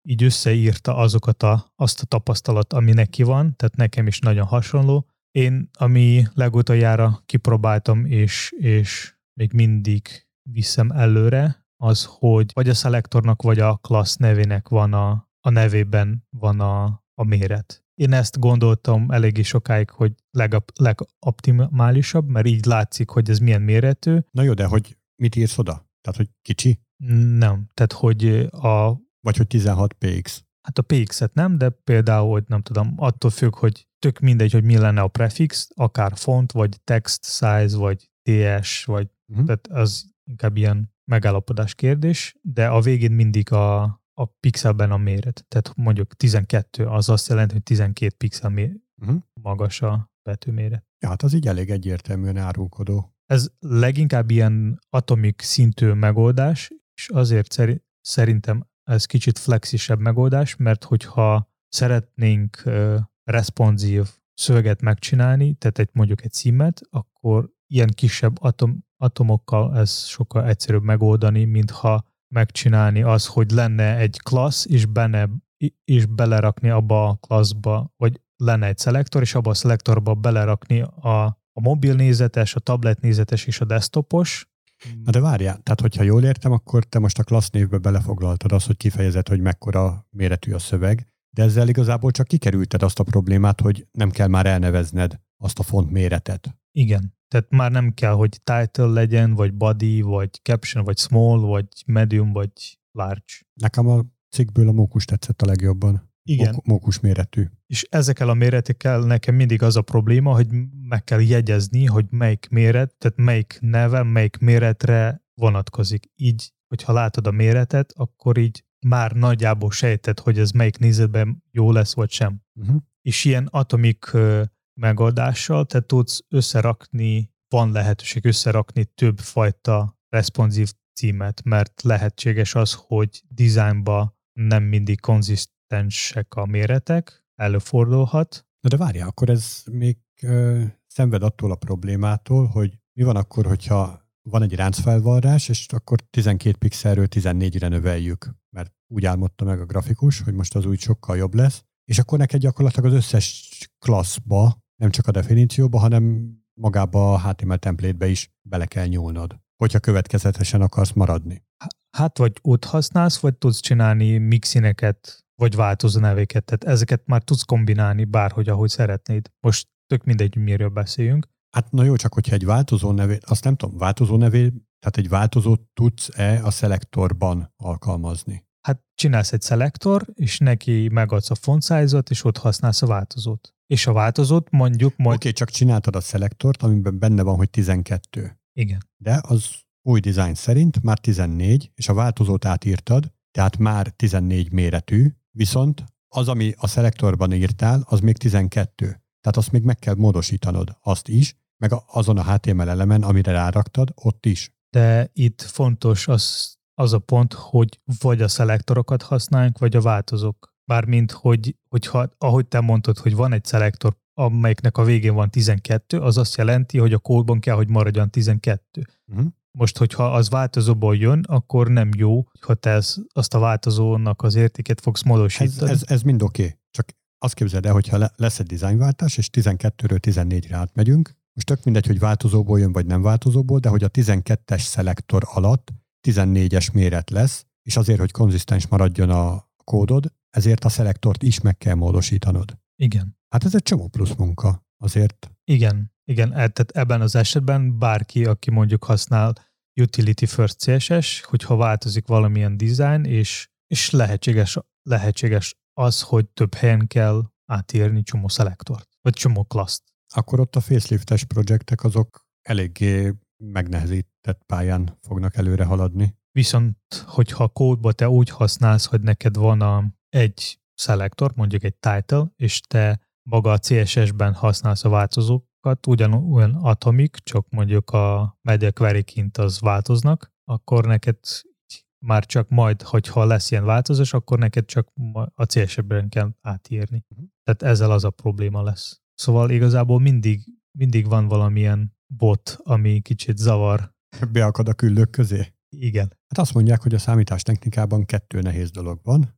így összeírta azokat a, azt a tapasztalat, ami neki van, tehát nekem is nagyon hasonló. Én, ami legutoljára kipróbáltam, és, és még mindig viszem előre, az, hogy vagy a szelektornak, vagy a class nevének van a, a nevében van a, a méret. Én ezt gondoltam eléggé sokáig, hogy legop, legoptimálisabb, mert így látszik, hogy ez milyen méretű.
Na jó, de hogy mit írsz oda? Tehát, hogy kicsi?
Nem, tehát, hogy a...
Vagy hogy tizenhat pé iksz.
Hát a pé iksz-et nem, de például, hogy nem tudom, attól függ, hogy tök mindegy, hogy mi lenne a prefix, akár font, vagy text size, vagy té es, vagy uh-huh. tehát az inkább ilyen megállapodás kérdés, de a végén mindig a, a pixelben a méret. Tehát mondjuk tizenkettő, az azt jelenti, hogy tizenkét pixel mé- uh-huh. magas a betűméret.
Ja, hát az így elég egyértelműen árulkodó.
Ez leginkább ilyen atomik szintű megoldás, és azért szeri- szerintem ez kicsit flexisebb megoldás, mert hogyha szeretnénk uh, responsív szöveget megcsinálni, tehát egy, mondjuk egy címet, akkor ilyen kisebb atom, atomokkal ez sokkal egyszerűbb megoldani, mintha megcsinálni az, hogy lenne egy class, és, benne, és belerakni abba a classba, vagy lenne egy szelektor, és abba a szelektorba belerakni a, a mobil nézetes, a tablet nézetes és a desktopos.
Na de várjál, tehát hogyha jól értem, akkor te most a class névbe belefoglaltad azt, hogy kifejezed, hogy mekkora méretű a szöveg, de ezzel igazából csak kikerülted azt a problémát, hogy nem kell már elnevezned azt a font méretet.
Igen. Tehát már nem kell, hogy title legyen, vagy body, vagy caption, vagy small, vagy medium, vagy large.
Nekem a cikkből a mókus tetszett a legjobban.
Igen.
Mók- mókus méretű.
És ezekkel a méretekkel nekem mindig az a probléma, hogy meg kell jegyezni, hogy melyik méret, tehát melyik neve, melyik méretre vonatkozik. Így, hogyha látod a méretet, akkor így már nagyjából sejted, hogy ez melyik nézetben jó lesz, vagy sem. Uh-huh. És ilyen atomik uh, megoldással te tudsz összerakni, van lehetőség összerakni több fajta responsív címet, mert lehetséges az, hogy dizájnba nem mindig konzisztensek a méretek, előfordulhat.
Na de várjál, akkor ez még ö, szenved attól a problémától, hogy mi van akkor, hogyha van egy ráncfelvarrás, és akkor tizenkét pixelről tizennégyre növeljük, mert úgy álmodta meg a grafikus, hogy most az úgy sokkal jobb lesz, és akkor neked gyakorlatilag az összes klasszba, nem csak a definícióba, hanem magába a há té em el template-be is bele kell nyúlnod, hogyha következetesen akarsz maradni.
Hát vagy ott használsz, vagy tudsz csinálni mixineket, vagy változó nevéket, tehát ezeket már tudsz kombinálni bárhogy, ahogy szeretnéd. Most tök mindegy, miről beszéljünk.
Hát na jó, csak hogyha egy változó nevét, azt nem tudom, változó nevét, tehát egy változót tudsz-e a szelektorban alkalmazni?
Hát csinálsz egy szelektor, és neki megadsz a font size-ot, és ott használsz a változót. És a változót mondjuk majd...
Oké, okay, csak csináltad a szelektort, amiben benne van, hogy tizenkettő.
Igen.
De az új dizájn szerint már tizennégy, és a változót átírtad, tehát már tizennégy méretű, viszont az, ami a szelektorban írtál, az még tizenkettő. Tehát azt még meg kell módosítanod, azt is, meg azon a há té em el elemen, amire ráraktad, ott is.
De itt fontos az, az a pont, hogy vagy a szelektorokat használjunk, vagy a változók. Bármint, hogy, hogyha, ahogy te mondtad, hogy van egy szelektor, amelyiknek a végén van tizenkettő, az azt jelenti, hogy a kódban kell, hogy maradjon tizenkettő. Uh-huh. Most, hogyha az változóból jön, akkor nem jó, ha te ez, azt a változónak az értéket fogsz módosítani.
Ez, ez, ez mind oké. Okay. Csak azt képzeld el, hogyha lesz egy dizájnváltás, és tizenkettőről tizennégyre átmegyünk, most tök mindegy, hogy változóból jön, vagy nem változóból, de hogy a tizenkettes szelektor alatt tizennégyes méret lesz, és azért, hogy konzisztens maradjon a kódod, ezért a szelektort is meg kell módosítanod.
Igen.
Hát ez egy csomó plusz munka azért.
Igen, igen. Tehát ebben az esetben bárki, aki mondjuk használ Utility First cé es es, hogyha változik valamilyen design, és, és lehetséges, lehetséges az, hogy több helyen kell átírni csomó szelektort, vagy csomó class-t.
Akkor ott a faceliftes projektek azok eléggé megnehezített pályán fognak előre haladni.
Viszont, hogyha a kódba te úgy használsz, hogy neked van a, egy szelektor, mondjuk egy title, és te maga a cé es es-ben használsz a változókat, ugyanolyan atomik, csak mondjuk a media query-ként az változnak, akkor neked már csak majd, hogyha lesz ilyen változás, akkor neked csak a cé es es-ben kell átírni. Uh-huh. Tehát ezzel az a probléma lesz. Szóval igazából mindig, mindig van valamilyen bot, ami kicsit zavar.
Beakad a küllők közé?
Igen.
Hát azt mondják, hogy a számítástechnikában kettő nehéz dolog van.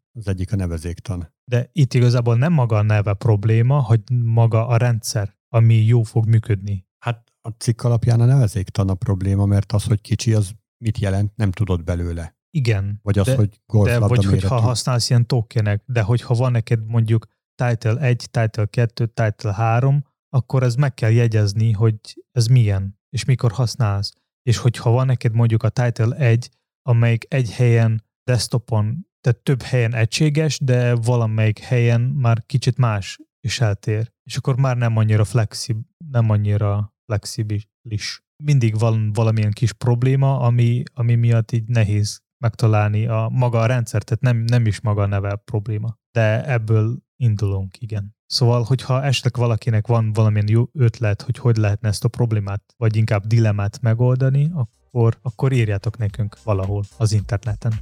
Az egyik a nevezéktan.
De itt igazából nem maga a neve probléma, hogy maga a rendszer, ami jó fog működni.
Hát a cikk alapján a nevezéktan a probléma, mert az, hogy kicsi, az mit jelent, nem tudod belőle.
Igen.
Vagy az,
de,
hogy golflabda
de vagy
méretű.
hogyha használsz ilyen tokenek, de hogyha van neked mondjuk title egy, title kettő, title három, akkor ez meg kell jegyezni, hogy ez milyen, és mikor használsz. És hogyha van neked mondjuk a title egy, amelyik egy helyen desktopon, tehát több helyen egységes, de valamelyik helyen már kicsit más és eltér. És akkor már nem annyira flexib, nem annyira flexibilis. Mindig van valamilyen kis probléma, ami, ami miatt így nehéz megtalálni a maga a rendszer, tehát nem, nem is maga a neve probléma. De ebből indulunk, igen. Szóval, hogyha esetleg valakinek van valamilyen jó ötlet, hogy hogy lehetne ezt a problémát, vagy inkább dilemmát megoldani, akkor, akkor írjátok nekünk valahol az interneten.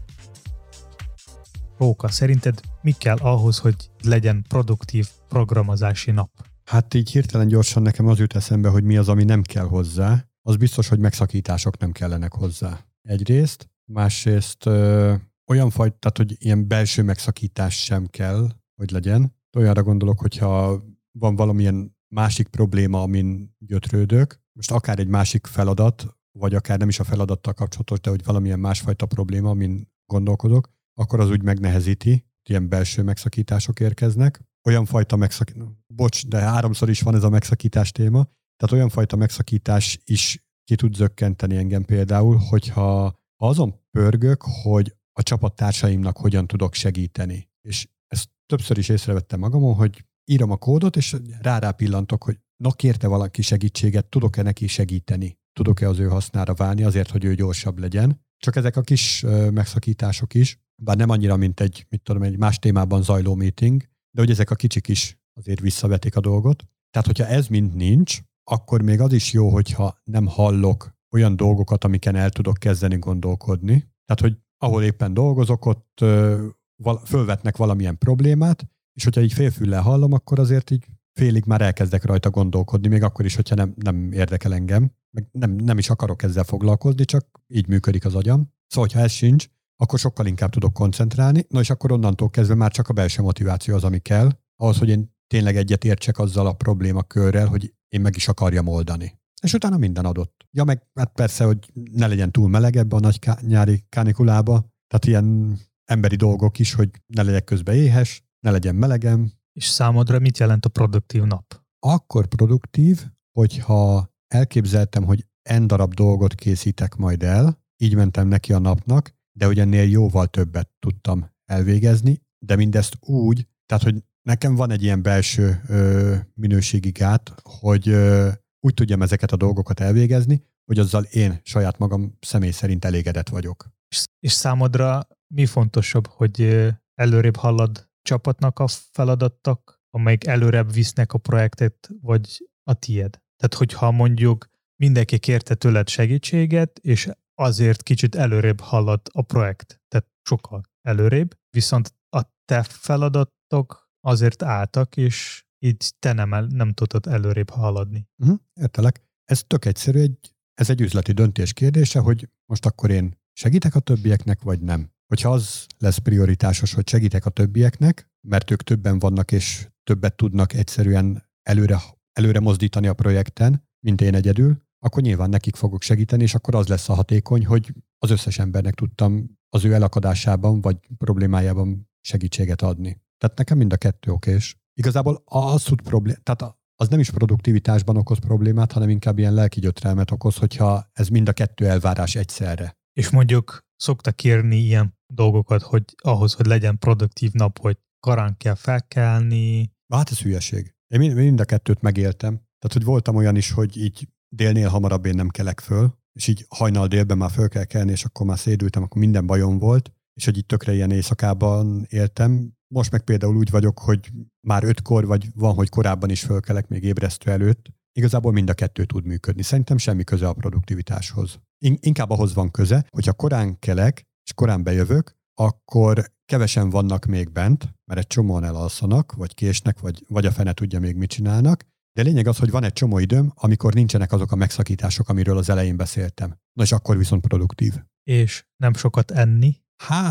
Róka, szerinted mi kell ahhoz, hogy legyen produktív programozási nap?
Hát így hirtelen gyorsan nekem az jut eszembe, hogy mi az, ami nem kell hozzá. Az biztos, hogy megszakítások nem kellenek hozzá. Egyrészt, másrészt ö, olyan fajta, tehát, hogy ilyen belső megszakítás sem kell, hogy legyen. Olyanra gondolok, hogyha van valamilyen másik probléma, amin gyötrődök, most akár egy másik feladat, vagy akár nem is a feladattal kapcsolatos, de hogy valamilyen másfajta probléma, amin gondolkodok, akkor az úgy megnehezíti, ilyen belső megszakítások érkeznek. Olyan fajta megszakítás, bocs, de háromszor is van ez a megszakítás téma, tehát olyan fajta megszakítás is ki tud zökkenteni engem például, hogyha azon pörgök, hogy a csapattársaimnak hogyan tudok segíteni. És ezt többször is észrevettem magamon, hogy írom a kódot, és rá-rá pillantok, hogy na kérte valaki segítséget, tudok-e neki segíteni? Tudok-e az ő hasznára válni azért, hogy ő gyorsabb legyen? Csak ezek a kis uh, megszakítások is, bár nem annyira, mint egy, mit tudom, egy más témában zajló meeting, de hogy ezek a kicsik is azért visszavetik a dolgot. Tehát, hogyha ez mind nincs, akkor még az is jó, hogyha nem hallok olyan dolgokat, amiken el tudok kezdeni gondolkodni. Tehát, hogy ahol éppen dolgozok, ott uh, val- fölvetnek valamilyen problémát, és hogyha így félfüllel hallom, akkor azért így félig már elkezdek rajta gondolkodni, még akkor is, hogyha nem, nem érdekel engem, meg nem, nem is akarok ezzel foglalkozni, csak így működik az agyam. Szóval, ha ez sincs, akkor sokkal inkább tudok koncentrálni, na és akkor onnantól kezdve már csak a belső motiváció az, ami kell, ahhoz, hogy én tényleg egyet értsek azzal a problémakörrel, hogy én meg is akarjam oldani. És utána minden adott. Ja, meg hát persze, hogy ne legyen túl meleg ebbe a nagy ká- nyári kánikulába, tehát ilyen emberi dolgok is, hogy ne legyek közben éhes, ne legyen melegem.
És számodra mit jelent a produktív nap?
Akkor produktív, hogyha elképzeltem, hogy n darab dolgot készítek majd el, így mentem neki a napnak, de hogy ennél jóval többet tudtam elvégezni, de mindezt úgy, tehát, hogy nekem van egy ilyen belső ö, minőségi gát, hogy ö, úgy tudjam ezeket a dolgokat elvégezni, hogy azzal én saját magam személy szerint elégedett vagyok.
És, és számodra mi fontosabb, hogy előrébb halad csapatnak a feladatok, amelyik előrebb visznek a projektet, vagy a tied? Tehát, hogyha mondjuk mindenki kérte tőled segítséget, és azért kicsit előrébb halad a projekt, tehát sokkal előrébb, viszont a te feladatok azért álltak, és így te nem, el, nem tudod előrébb haladni.
Uh-huh, értelek. Ez tök egyszerű, egy, ez egy üzleti döntés kérdése, hogy most akkor én segítek a többieknek, vagy nem. Hogyha az lesz prioritásos, hogy segítek a többieknek, mert ők többen vannak, és többet tudnak egyszerűen előre, előre mozdítani a projekten, mint én egyedül, akkor nyilván nekik fogok segíteni, és akkor az lesz a hatékony, hogy az összes embernek tudtam az ő elakadásában, vagy problémájában segítséget adni. Tehát nekem mind a kettő okés. Igazából az tud problém, tehát az nem is produktivitásban okoz problémát, hanem inkább ilyen lelki gyötrelmet okoz, hogyha ez mind a kettő elvárás egyszerre.
És mondjuk szoktak kérni ilyen dolgokat, hogy ahhoz, hogy legyen produktív nap, hogy korán kell felkelni.
Hát ez hülyeség. Én mind, mind a kettőt megéltem. Tehát, hogy voltam olyan is, hogy így délnél hamarabb én nem kelek föl, és így hajnal délben már föl kell kelni, és akkor már szédültem, akkor minden bajom volt, és hogy így tökre ilyen éjszakában éltem. Most meg például úgy vagyok, hogy már ötkor, vagy van, hogy korábban is fölkelek, még ébresztő előtt. Igazából mind a kettő tud működni. Szerintem semmi köze a produktivitáshoz. In- inkább ahhoz van köze, hogyha korán kelek, és korán bejövök, akkor kevesen vannak még bent, mert egy csomóan elalszanak, vagy késnek, vagy, vagy a fene tudja még mit csinálnak. De lényeg az, hogy van egy csomó időm, amikor nincsenek azok a megszakítások, amiről az elején beszéltem. Na és akkor viszont produktív.
És nem sokat enni.
Hát,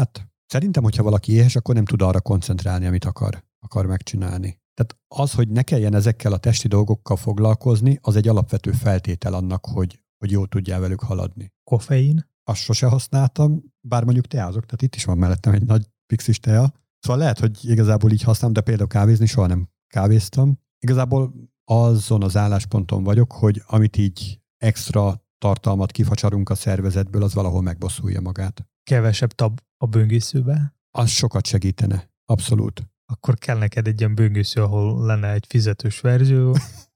Szerintem, hogyha valaki éhes, akkor nem tud arra koncentrálni, amit akar, akar megcsinálni. Tehát az, hogy ne kelljen ezekkel a testi dolgokkal foglalkozni, az egy alapvető feltétel annak, hogy, hogy jól tudjál velük haladni.
Koffein?
Azt sose használtam, bár mondjuk teázok, tehát itt is van mellettem egy nagy pixis tea. Szóval lehet, hogy igazából így használom, de például kávézni soha nem kávéztam. Igazából azon az állásponton vagyok, hogy amit így extra tartalmat kifacsarunk a szervezetből, az valahol megbosszulja magát.
Kevesebb tab a böngészőbe?
Az sokat segítene. Abszolút.
Akkor kell neked egy ilyen böngésző, ahol lenne egy fizetős verzió.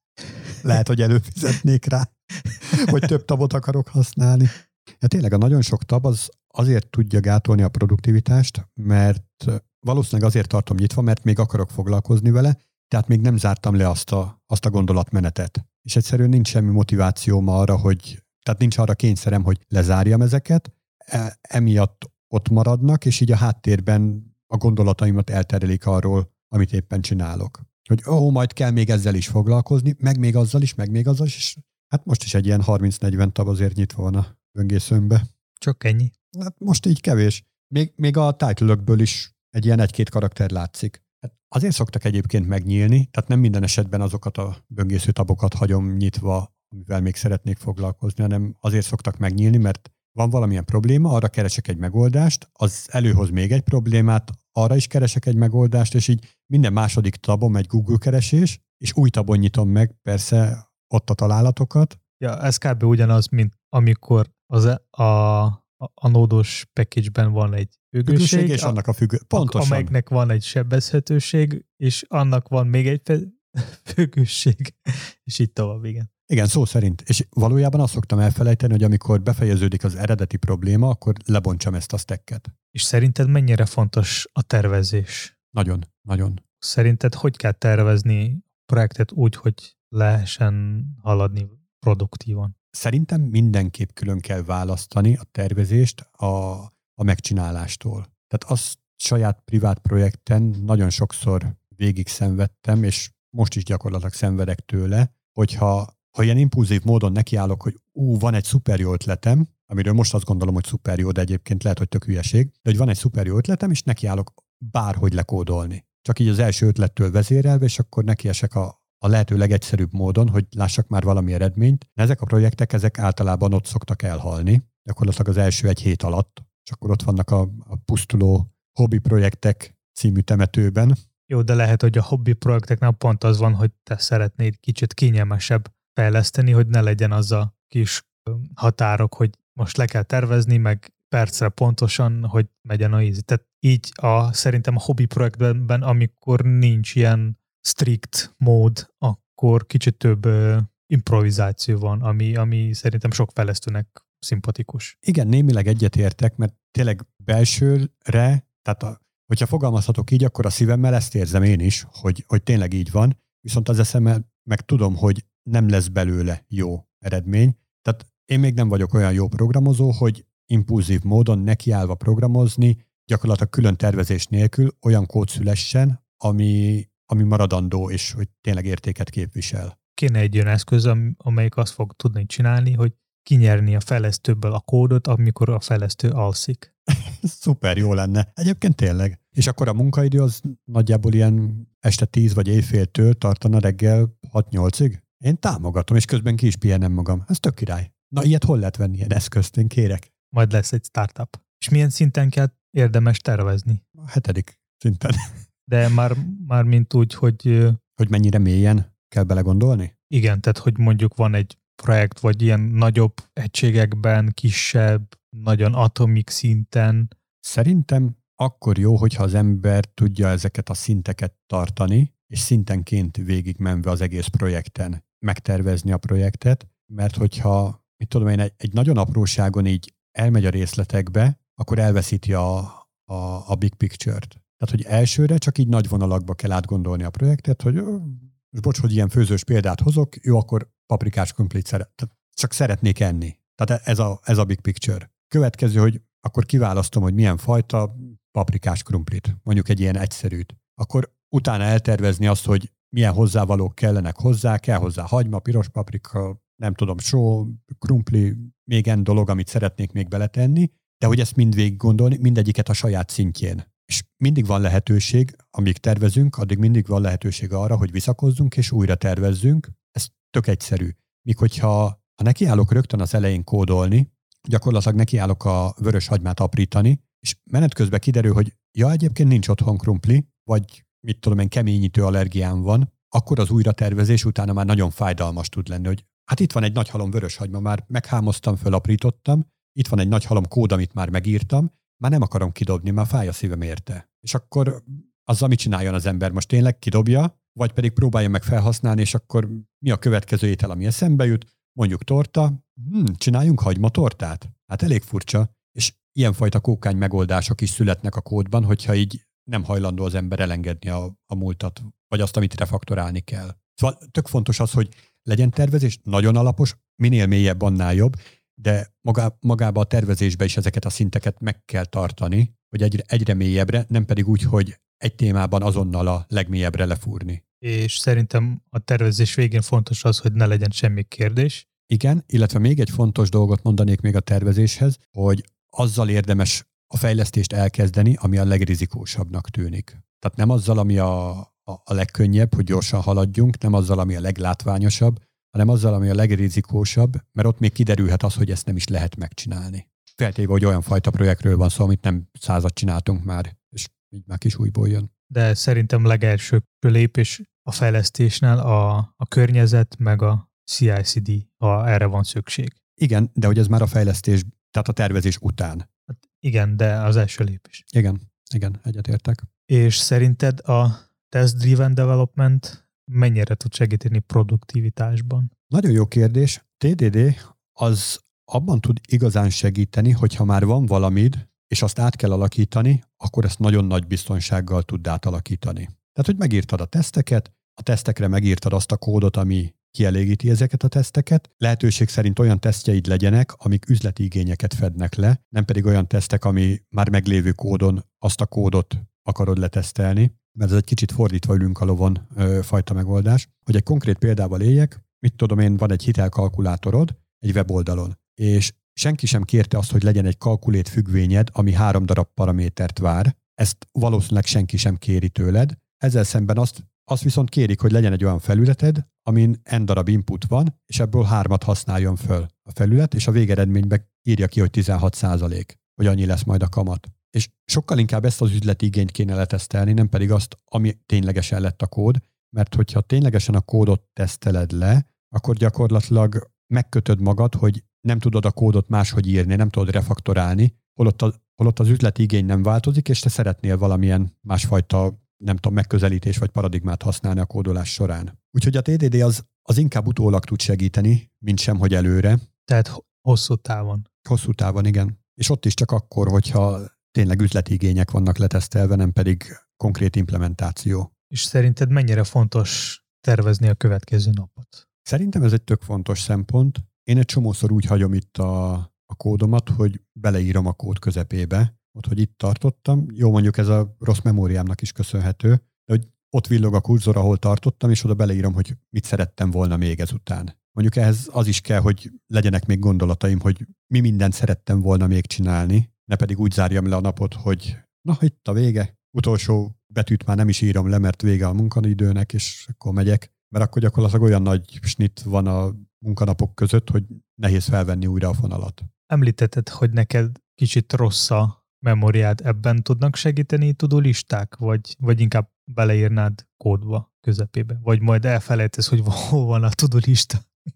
Lehet, hogy előfizetnék rá, hogy több tabot akarok használni. Ja, tényleg a nagyon sok tab az azért tudja gátolni a produktivitást, mert valószínűleg azért tartom nyitva, mert még akarok foglalkozni vele, tehát még nem zártam le azt a, azt a gondolatmenetet. És egyszerűen nincs semmi motivációm arra, hogy, tehát nincs arra kényszerem, hogy lezárjam ezeket, e, emiatt ott maradnak, és így a háttérben a gondolataimat elterelik arról, amit éppen csinálok. Hogy ó, majd kell még ezzel is foglalkozni, meg még azzal is, meg még azzal is, és hát most is egy ilyen harminc-negyven tab azért nyitva van a böngészőmbe.
Csak ennyi?
Hát most így kevés. Még, még a title-ökből is egy ilyen egy-két karakter látszik. Hát azért szoktak egyébként megnyílni, tehát nem minden esetben azokat a böngésző tabokat hagyom nyitva, amivel még szeretnék foglalkozni, hanem azért szoktak megnyílni, mert van valamilyen probléma, arra keresek egy megoldást, az előhoz még egy problémát, arra is keresek egy megoldást, és így minden második tabom egy Google keresés, és új tabon nyitom meg persze ott a találatokat.
Ja, ez kb. Ugyanaz, mint amikor az a, a nódos package-ben van egy függőség,
függőség és annak a függő... Pontosan.
Amelynek van egy sebezhetőség, és annak van még egy függőség, és így tovább, igen.
Igen, szó szerint. És valójában azt szoktam elfelejteni, hogy amikor befejeződik az eredeti probléma, akkor lebontsam ezt a stacket.
És szerinted mennyire fontos a tervezés?
Nagyon, nagyon.
Szerinted hogy kell tervezni projektet úgy, hogy lehessen haladni produktívan?
Szerintem mindenképp külön kell választani a tervezést a, a megcsinálástól. Tehát azt saját privát projekten nagyon sokszor végig szenvedtem, és most is gyakorlatilag szenvedek tőle, hogyha ha ilyen impulzív módon nekiállok, hogy ú, van egy szuper jó ötletem, amiről most azt gondolom, hogy szuper jó, de egyébként lehet, hogy tök hülyeség, de hogy van egy szuper jó ötletem, és nekiállok bárhogy lekódolni. Csak így az első ötlettől vezérelve, és akkor nekiesek a, a lehető legegyszerűbb módon, hogy lássak már valami eredményt. Ezek a projektek, ezek általában ott szoktak elhalni, gyakorlatilag az első egy hét alatt, és akkor ott vannak a, a pusztuló hobbi projektek című temetőben.
Jó, de lehet, hogy a hobbi projekteknél pont az van, hogy te szeretnéd kicsit kényelmesebb fejleszteni, hogy ne legyen az a kis határok, hogy most le kell tervezni, meg percre pontosan, hogy megyen a easy. Tehát így a, szerintem a hobbi projektben, amikor nincs ilyen strict mód, akkor kicsit több uh, improvizáció van, ami, ami szerintem sok fejlesztőnek szimpatikus.
Igen, némileg egyetértek, mert tényleg belsőre, tehát a, hogyha fogalmazhatok így, akkor a szívemmel ezt érzem én is, hogy, hogy tényleg így van, viszont az eszemmel meg tudom, hogy nem lesz belőle jó eredmény. Tehát én még nem vagyok olyan jó programozó, hogy impulzív módon nekiállva programozni, gyakorlatilag külön tervezés nélkül olyan kód szülessen, ami, ami maradandó, és hogy tényleg értéket képvisel.
Kéne egy olyan eszköz, amelyik azt fog tudni csinálni, hogy kinyerni a fejlesztőből a kódot, amikor a fejlesztő alszik.
Szuper jó lenne. Egyébként tényleg. És akkor a munkaidő az nagyjából ilyen este tíz vagy éjféltől tartana reggel hat-nyolcig. Én támogatom, és közben ki is pihenem magam. Ez tök király. Na, ilyet hol lehet venni ilyen eszközt, én kérek?
Majd lesz egy startup. És milyen szinten kell érdemes tervezni?
A hetedik szinten.
De már, már mint úgy, hogy...
Hogy mennyire mélyen kell belegondolni?
Igen, tehát hogy mondjuk van egy projekt, vagy ilyen nagyobb egységekben, kisebb, nagyon atomik szinten.
Szerintem akkor jó, hogyha az ember tudja ezeket a szinteket tartani, és szintenként végigmenve az egész projekten megtervezni a projektet, mert hogyha, mit tudom én, egy, egy nagyon apróságon így elmegy a részletekbe, akkor elveszíti a, a, a big picture-t. Tehát, hogy elsőre csak így nagy vonalakba kell átgondolni a projektet, hogy most bocs, hogy ilyen főzős példát hozok, jó, akkor paprikás krumplit szeret, tehát csak szeretnék enni. Tehát ez a, ez a big picture. Következő, hogy akkor kiválasztom, hogy milyen fajta paprikás krumplit, mondjuk egy ilyen egyszerűt. Akkor utána eltervezni azt, hogy milyen hozzávalók kellenek hozzá, kell hozzá hagyma, piros paprika, nem tudom, só, krumpli, még egy dolog, amit szeretnék még beletenni, de hogy ezt mind végig gondolni, mindegyiket a saját szintjén. És mindig van lehetőség, amíg tervezünk, addig mindig van lehetőség arra, hogy visszakozzunk és újra tervezzünk. Ez tök egyszerű. Míg hogyha ha nekiállok rögtön az elején kódolni, gyakorlatilag nekiállok a vörös hagymát aprítani, és menet közben kiderül, hogy ja, egyébként nincs otthon krumpli, vagy mit tudom én, keményítő allergiám van, akkor az újratervezés utána már nagyon fájdalmas tud lenni, hogy hát itt van egy nagy halom vörös hagyma, már meghámoztam, fölaprítottam, itt van egy nagy halom kód, amit már megírtam, már nem akarom kidobni, már fáj a szívem érte. És akkor azzal mit csináljon az ember? Most tényleg kidobja, vagy pedig próbálja meg felhasználni, és akkor mi a következő étel, ami eszembe jut? Mondjuk torta, hmm, csináljunk hagymatortát? Hát elég furcsa, és ilyenfajta kókány megoldások is születnek a kódban, hogyha így nem hajlandó az ember elengedni a, a múltat, vagy azt, amit refaktorálni kell. Szóval tök fontos az, hogy legyen tervezés, nagyon alapos, minél mélyebb, annál jobb, de magá, magába a tervezésbe is ezeket a szinteket meg kell tartani, hogy egyre, egyre mélyebbre, nem pedig úgy, hogy egy témában azonnal a legmélyebbre lefúrni.
És szerintem a tervezés végén fontos az, hogy ne legyen semmi kérdés.
Igen, illetve még egy fontos dolgot mondanék még a tervezéshez, hogy azzal érdemes a fejlesztést elkezdeni, ami a legrizikósabbnak tűnik. Tehát nem azzal, ami a, a, a legkönnyebb, hogy gyorsan haladjunk, nem azzal, ami a leglátványosabb, hanem azzal, ami a legrizikósabb, mert ott még kiderülhet az, hogy ezt nem is lehet megcsinálni. Feltéve, hogy olyan fajta projektről van szó, amit nem százat csináltunk már, és így már kis újból jön.
De szerintem legelső lépés a fejlesztésnél a, a környezet, meg a cé i cé dé, ha erre van szükség.
Igen, de hogy ez már a fejlesztés, tehát a tervezés után.
Hát igen, de az első lépés.
Igen, igen, egyetértek.
És szerinted a test-driven development mennyire tud segíteni produktivitásban?
Nagyon jó kérdés. té dé dé az abban tud igazán segíteni, hogyha már van valamid, és azt át kell alakítani, akkor ezt nagyon nagy biztonsággal tud átalakítani. Tehát, hogy megírtad a teszteket, a tesztekre megírtad azt a kódot, ami kielégíti ezeket a teszteket. Lehetőség szerint olyan tesztjeid legyenek, amik üzleti igényeket fednek le, nem pedig olyan tesztek, ami már meglévő kódon azt a kódot akarod letesztelni, mert ez egy kicsit fordítva ülünk a lovon ö, fajta megoldás. Hogy egy konkrét példával éljek, mit tudom én, van egy hitelkalkulátorod egy weboldalon, és senki sem kérte azt, hogy legyen egy kalkulét függvényed, ami három darab paramétert vár. Ezt valószínűleg senki sem kéri tőled. Ezzel szemben azt, azt viszont kérik, hogy legyen egy olyan felületed, amin n darab input van, és ebből hármat használjon föl a felület, és a végeredményben írja ki, hogy tizenhat százalék, hogy annyi lesz majd a kamat. És sokkal inkább ezt az üzleti igényt kéne letesztelni, nem pedig azt, ami ténylegesen lett a kód, mert hogyha ténylegesen a kódot teszteled le, akkor gyakorlatilag megkötöd magad, hogy nem tudod a kódot máshogy írni, nem tudod refaktorálni, holott, a, holott az üzleti igény nem változik, és te szeretnél valamilyen másfajta, nem tudom, megközelítés vagy paradigmát használni a kódolás során. Úgyhogy a té dé dé az, az inkább utólag tud segíteni, mint sem, hogy előre.
Tehát hosszú távon.
Hosszú távon, igen. És ott is csak akkor, hogyha tényleg üzleti igények vannak letesztelve, nem pedig konkrét implementáció.
És szerinted mennyire fontos tervezni a következő napot?
Szerintem ez egy tök fontos szempont. Én egy csomószor úgy hagyom itt a, a kódomat, hogy beleírom a kód közepébe, ott, hogy itt tartottam. Jó, mondjuk ez a rossz memóriámnak is köszönhető, de hogy ott villog a kurzor, ahol tartottam, és oda beleírom, hogy mit szerettem volna még ezután. Mondjuk ehhez az is kell, hogy legyenek még gondolataim, hogy mi mindent szerettem volna még csinálni, ne pedig úgy zárjam le a napot, hogy na, itt a vége, utolsó betűt már nem is írom le, mert vége a munkaidőnek, és akkor megyek. Mert akkor gyakorlatilag olyan nagy snit van a munkanapok között, hogy nehéz felvenni újra a fonalat.
Említetted, hogy neked kicsit rossz a memóriád, ebben tudnak segíteni tudó listák, vagy, vagy inkább beleírnád kódba közepébe, vagy majd elfelejtesz, hogy hol van a tudó lista.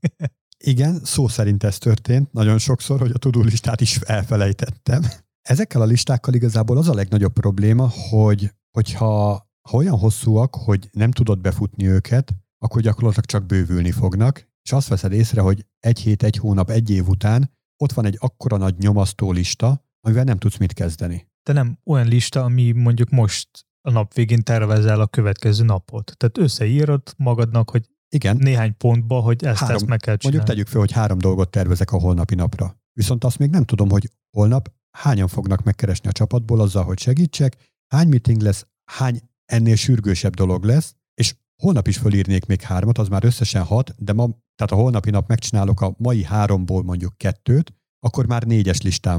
Igen, szó szerint ez történt nagyon sokszor, hogy a to-do listát is elfelejtettem. Ezekkel a listákkal igazából az a legnagyobb probléma, hogy hogyha ha olyan hosszúak, hogy nem tudod befutni őket, akkor gyakorlatilag csak bővülni fognak, és azt veszed észre, hogy egy hét, egy hónap, egy év után ott van egy akkora nagy nyomasztó lista, amivel nem tudsz mit kezdeni.
De nem olyan lista, ami mondjuk most a nap végén tervezel a következő napot. Tehát összeírod magadnak, hogy
igen,
néhány pontba, hogy ezt,
három,
ezt meg kell csinálni.
Mondjuk tegyük fel, hogy három dolgot tervezek a holnapi napra. Viszont azt még nem tudom, hogy holnap hányan fognak megkeresni a csapatból azzal, hogy segítsek, hány meeting lesz, hány ennél sürgősebb dolog lesz, és holnap is fölírnék még hármat, az már összesen hat, de ma, tehát a holnapi nap megcsinálok a mai háromból mondjuk kettőt, akkor már négyes listám van.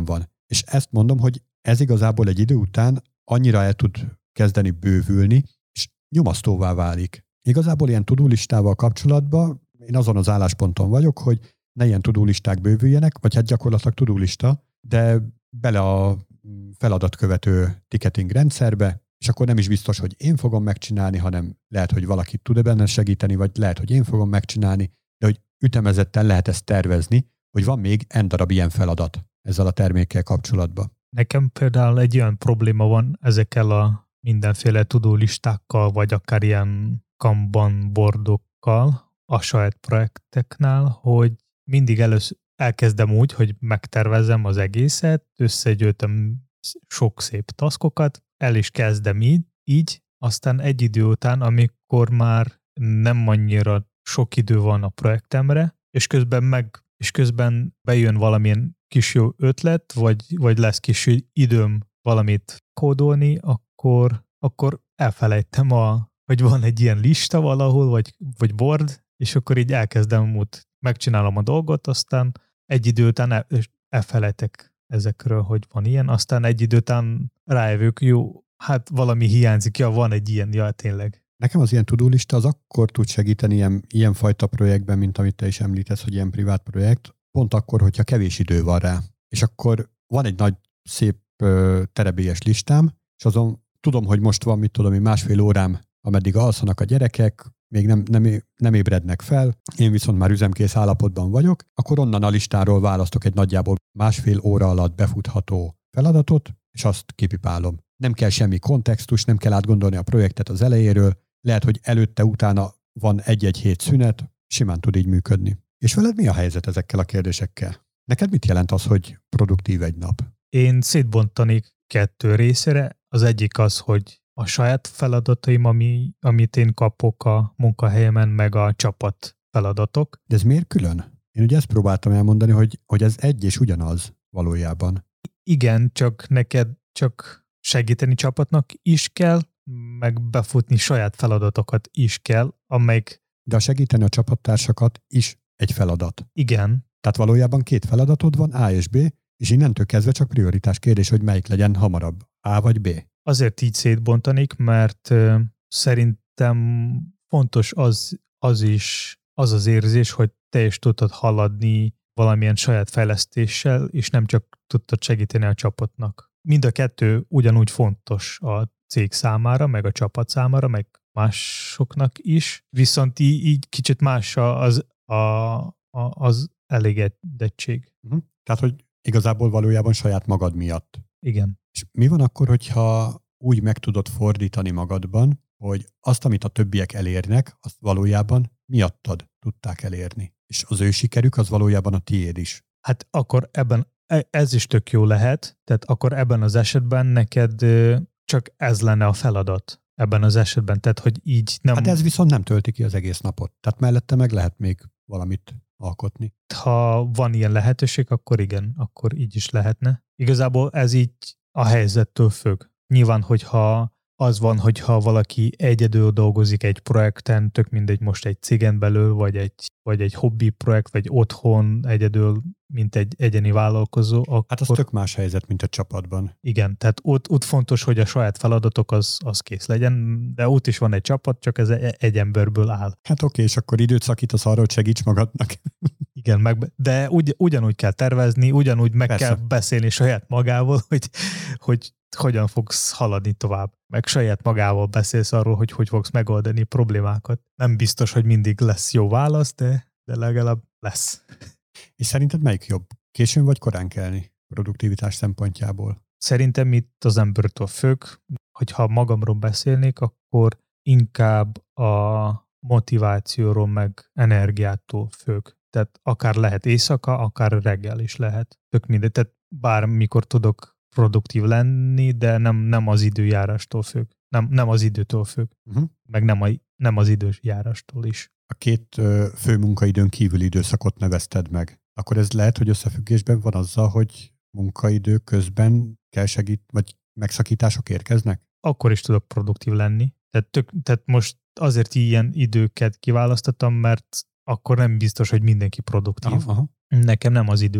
És ezt mondom, hogy ez igazából egy idő után annyira el tud kezdeni bővülni, és nyomasztóvá válik. Igazából ilyen tudólistával kapcsolatban én azon az állásponton vagyok, hogy ne ilyen tudulisták bővüljenek, vagy hát gyakorlatilag tudulista, de bele a feladatkövető ticketing rendszerbe, és akkor nem is biztos, hogy én fogom megcsinálni, hanem lehet, hogy valaki tud benne segíteni, vagy lehet, hogy én fogom megcsinálni, de hogy ütemezetten lehet ezt tervezni, hogy van még n darab ilyen feladat ezzel a termékkel kapcsolatban.
Nekem például egy olyan probléma van ezekkel a mindenféle tudulistákkal, vagy akár ilyen Kanban bordokkal a saját projekteknál, hogy mindig először elkezdem úgy, hogy megtervezem az egészet, összegyűjtöm sok szép taskokat, el is kezdem így, így, aztán egy idő után, amikor már nem annyira sok idő van a projektemre, és közben meg, és közben bejön valamilyen kis jó ötlet, vagy, vagy lesz kis időm valamit kódolni, akkor, akkor elfelejtem, a, hogy van egy ilyen lista valahol, vagy, vagy board, és akkor így elkezdem úgy, megcsinálom a dolgot, aztán egy idő után el, elfelejtek ezekről, hogy van ilyen, aztán egy idő után rájövök, jó, hát valami hiányzik, ja, van egy ilyen, ja, tényleg.
Nekem az ilyen tudólista az akkor tud segíteni ilyen, ilyen fajta projektben, mint amit te is említesz, hogy ilyen privát projekt, pont akkor, hogyha kevés idő van rá. És akkor van egy nagy, szép terebélyes listám, és azon tudom, hogy most van, mit tudom, másfél órám, ameddig alszanak a gyerekek, még nem, nem, nem ébrednek fel, én viszont már üzemkész állapotban vagyok, akkor onnan a listáról választok egy nagyjából másfél óra alatt befutható feladatot, és azt kipipálom. Nem kell semmi kontextus, nem kell átgondolni a projektet az elejéről, lehet, hogy előtte, utána van egy-egy hét szünet, simán tud így működni. És veled mi a helyzet ezekkel a kérdésekkel? Neked mit jelent az, hogy produktív egy nap?
Én szétbontanék kettő részére. Az egyik az, hogy a saját feladataim, ami, amit én kapok a munkahelyemen, meg a csapat feladatok.
De ez miért külön? Én ugye ezt próbáltam elmondani, hogy, hogy ez egy és ugyanaz valójában.
Igen, csak neked csak segíteni csapatnak is kell, meg befutni saját feladatokat is kell, amelyik...
De a segíteni a csapattársakat is egy feladat.
Igen. Tehát
valójában két feladatod van, A és B, és innentől kezdve csak prioritás kérdés, hogy melyik legyen hamarabb, A vagy B.
Azért így szétbontanék, mert uh, szerintem fontos az, az is, az az érzés, hogy te is tudtad haladni valamilyen saját fejlesztéssel, és nem csak tudtad segíteni a csapatnak. Mind a kettő ugyanúgy fontos a cég számára, meg a csapat számára, meg másoknak is, viszont így, így kicsit más az, a, a, az elégedettség.
Uh-huh. Tehát, hogy igazából valójában saját magad miatt.
Igen.
És mi van akkor, hogyha úgy meg tudod fordítani magadban, hogy azt, amit a többiek elérnek, azt valójában miattad tudták elérni. És az ő sikerük az valójában a tiéd is.
Hát akkor ebben, ez is tök jó lehet, tehát akkor ebben az esetben neked csak ez lenne a feladat. Ebben az esetben, tehát hogy így nem...
Hát ez viszont nem tölti ki az egész napot. Tehát mellette meg lehet még valamit alkotni.
Ha van ilyen lehetőség, akkor igen, akkor így is lehetne. Igazából ez így a helyzettől függ. Nyilván, hogyha az van, hogyha valaki egyedül dolgozik egy projekten, tök mindegy most egy cégen belül, vagy egy, vagy egy hobbi projekt, vagy otthon egyedül, mint egy egyéni vállalkozó. Akkor...
Hát az tök más helyzet, mint a csapatban.
Igen, tehát ott, ott fontos, hogy a saját feladatok az, az kész legyen, de ott is van egy csapat, csak ez egy emberből áll.
Hát oké, és akkor időt szakítasz arra, hogy segíts magadnak.
Igen, meg, de ugy, ugyanúgy kell tervezni, ugyanúgy meg Persze. kell beszélni saját magával, hogy, hogy hogyan fogsz haladni tovább. Meg saját magával beszélsz arról, hogy hogy fogsz megoldani problémákat. Nem biztos, hogy mindig lesz jó válasz, de, de legalább lesz.
És szerinted melyik jobb? Későn vagy korán kelni produktivitás szempontjából?
Szerintem itt az embertől függ. Hogyha magamról beszélnék, akkor inkább a motivációról meg energiától függ. Tehát akár lehet éjszaka, akár reggel is lehet. Tök mindegy. Tehát bármikor tudok produktív lenni, de nem, nem az időjárástól függ. Nem, nem az időtől függ. Uh-huh. Meg nem, a, nem az időjárástól is.
A két ö, fő munkaidőn kívüli időszakot nevezted meg. Akkor ez lehet, hogy összefüggésben van azzal, hogy munkaidő közben kell segít, vagy megszakítások érkeznek?
Akkor is tudok produktív lenni. Tehát, tök, tehát most azért ilyen időket kiválasztottam, mert akkor nem biztos, hogy mindenki produktív.
Aha, aha.
Nekem nem az idő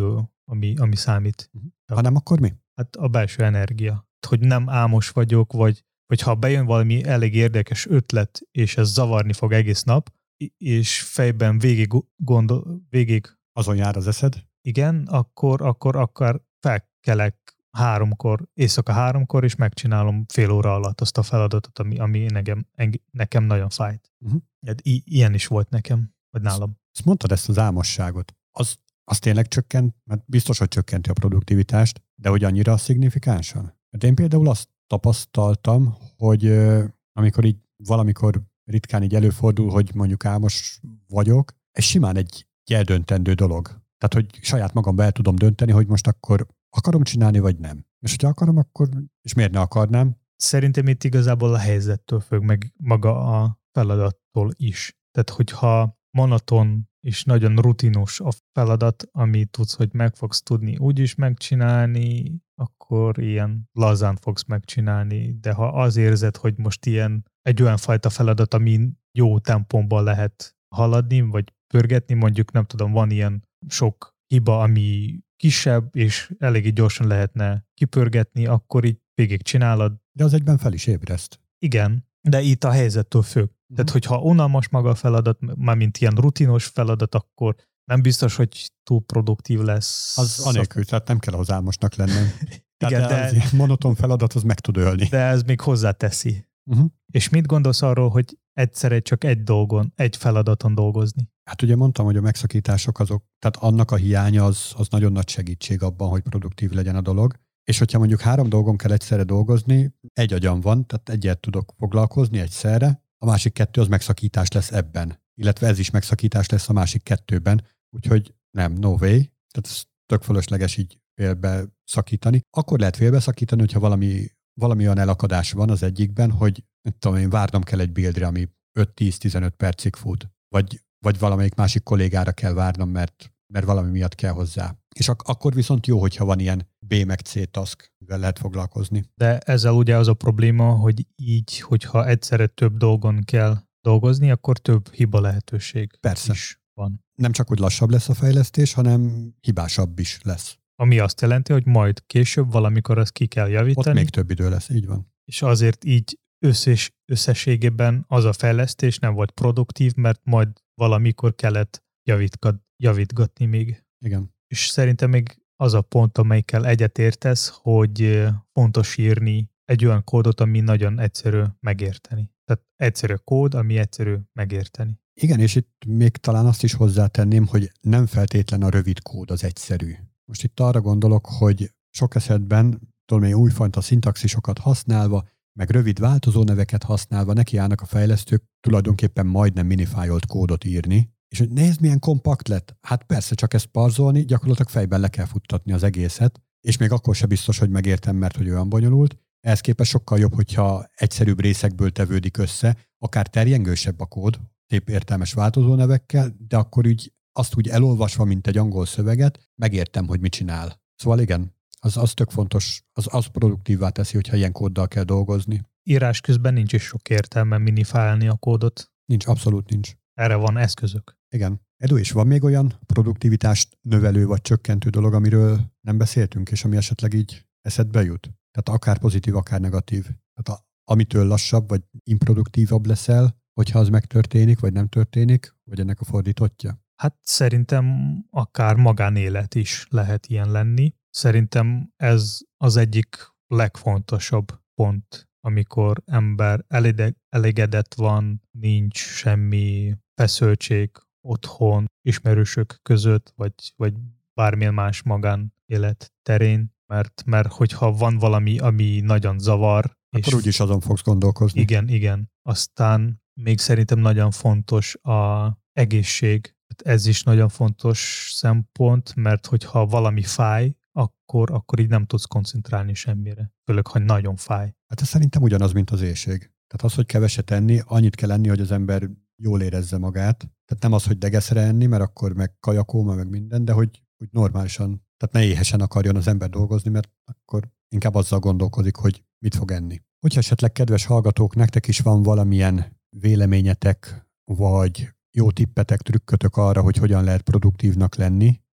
ami, ami számít.
Uh-huh. Ha nem, akkor mi?
Hát a belső energia. Hogy nem álmos vagyok, vagy, vagy ha bejön valami elég érdekes ötlet, és ez zavarni fog egész nap, és fejben végig gondol, végig
azon jár az eszed?
Igen, akkor, akkor akár felkelek háromkor, éjszaka háromkor, és megcsinálom fél óra alatt azt a feladatot, ami, ami nekem, nekem nagyon fájt. Uh-huh. I- ilyen is volt nekem, vagy nálam.
Ezt mondtad, ezt az álmosságot. Az, az tényleg csökkent, mert biztos, hogy csökkenti a produktivitást, de hogy annyira szignifikánsan? Mert én például azt tapasztaltam, hogy euh, amikor így valamikor ritkán így előfordul, hogy mondjuk álmos vagyok, ez simán egy eldöntendő dolog. Tehát, hogy saját magam el tudom dönteni, hogy most akkor akarom csinálni, vagy nem. És hogyha akarom, akkor, és miért ne akarnám?
Szerintem itt igazából a helyzettől függ, meg maga a feladattól is. Tehát, hogyha monoton és nagyon rutinos a feladat, amit tudsz, hogy meg fogsz tudni úgy is megcsinálni, akkor ilyen lazán fogsz megcsinálni. De ha az érzed, hogy most ilyen egy olyan fajta feladat, ami jó tempóban lehet haladni, vagy pörgetni, mondjuk nem tudom, van ilyen sok hiba, ami kisebb, és eléggé gyorsan lehetne kipörgetni, akkor így végig csinálod.
De az egyben fel is ébreszt.
Igen, de itt a helyzettől függ. Uh-huh. Tehát, hogyha unalmas maga a feladat, mármint ilyen rutinos feladat, akkor nem biztos, hogy túl produktív lesz.
Az anélkül, tehát nem kell ahhoz álmosnak lennem.
Igen,
de, de az monoton feladat, az meg tud ölni.
De ez még hozzáteszi.
Uh-huh.
És mit gondolsz arról, hogy egyszerre csak egy dolgon, egy feladaton dolgozni?
Hát ugye mondtam, hogy a megszakítások azok, tehát annak a hiánya az, az nagyon nagy segítség abban, hogy produktív legyen a dolog. És hogyha mondjuk három dolgon kell egyszerre dolgozni, egy agyam van, tehát egyet tudok foglalkozni egyszerre, a másik kettő az megszakítás lesz ebben. Illetve ez is megszakítás lesz a másik kettőben. Úgyhogy nem, no way. Tehát ez tök fölösleges így félbe szakítani. Akkor lehet félbe szakítani, hogyha valami, valami olyan elakadás van az egyikben, hogy tudom én, várnom kell egy buildre, ami öt-tíz-tizenöt percig fut. Vagy, vagy valamelyik másik kollégára kell várnom, mert, mert valami miatt kell hozzá. És ak- akkor viszont jó, hogyha van ilyen B meg C task, mivel lehet foglalkozni.
De ezzel ugye az a probléma, hogy így, hogyha egyszerre több dolgon kell dolgozni, akkor több hiba lehetőség
Persze.
is van.
Nem csak, hogy lassabb lesz a fejlesztés, hanem hibásabb is lesz.
Ami azt jelenti, hogy majd később valamikor azt ki kell javítani.
Ott még több idő lesz, így van.
És azért így összes, összességében az a fejlesztés nem volt produktív, mert majd valamikor kellett javítgat, javítgatni még.
Igen.
És szerintem még az a pont, amelyikkel egyetértesz, hogy fontos írni egy olyan kódot, ami nagyon egyszerű megérteni. Tehát egyszerű kód, ami egyszerű megérteni.
Igen, és itt még talán azt is hozzátenném, hogy nem feltétlen a rövid kód az egyszerű. Most itt arra gondolok, hogy sok esetben tudom én újfajta szintaxisokat használva, meg rövid változóneveket használva nekiállnak a fejlesztők tulajdonképpen majdnem minifájolt kódot írni, és hogy nézd, milyen kompakt lett. Hát persze, csak ezt parzolni, gyakorlatilag fejben le kell futtatni az egészet, és még akkor se biztos, hogy megértem, mert hogy olyan bonyolult. Ehhez képest sokkal jobb, hogyha egyszerűbb részekből tevődik össze, akár terjengősebb a kód, szép értelmes változónevekkel, de akkor úgy, azt úgy elolvasva, mint egy angol szöveget, megértem, hogy mit csinál. Szóval igen, az, az tök fontos, az, az produktívvá teszi, hogyha ilyen kóddal kell dolgozni.
Írás közben nincs is sok értelme minifálni a kódot.
Nincs, abszolút nincs.
Erre van eszközök.
Igen. Edu, és van még olyan produktivitást növelő vagy csökkentő dolog, amiről nem beszéltünk, és ami esetleg így eszedbe jut? Tehát akár pozitív, akár negatív. Tehát a, amitől lassabb vagy improduktívabb leszel, hogyha az megtörténik, vagy nem történik, vagy ennek a fordítottja?
Hát szerintem akár magánélet is lehet ilyen lenni. Szerintem ez az egyik legfontosabb pont, amikor ember elégedett van, nincs semmi feszültség otthon, ismerősök között, vagy, vagy bármilyen más magánélet terén, mert, mert hogyha van valami, ami nagyon zavar,
akkor úgyis azon fogsz gondolkozni.
Igen, igen. Aztán még szerintem nagyon fontos az egészség. Ez is nagyon fontos szempont, mert hogyha valami fáj, akkor, akkor így nem tudsz koncentrálni semmire. Főleg, ha nagyon fáj.
Hát ez szerintem ugyanaz, mint az éhség. Tehát az, hogy keveset enni, annyit kell enni, hogy az ember jól érezze magát. Tehát nem az, hogy degeszre enni, mert akkor meg kajakóma, meg minden, de hogy, hogy normálisan, tehát ne éhesen akarjon az ember dolgozni, mert akkor inkább azzal gondolkodik, hogy mit fog enni. Hogyha esetleg, kedves hallgatók, nektek is van valamilyen véleményetek, vagy jó tippetek, trükkötök arra, hogy hogyan lehet produktívnak lenni,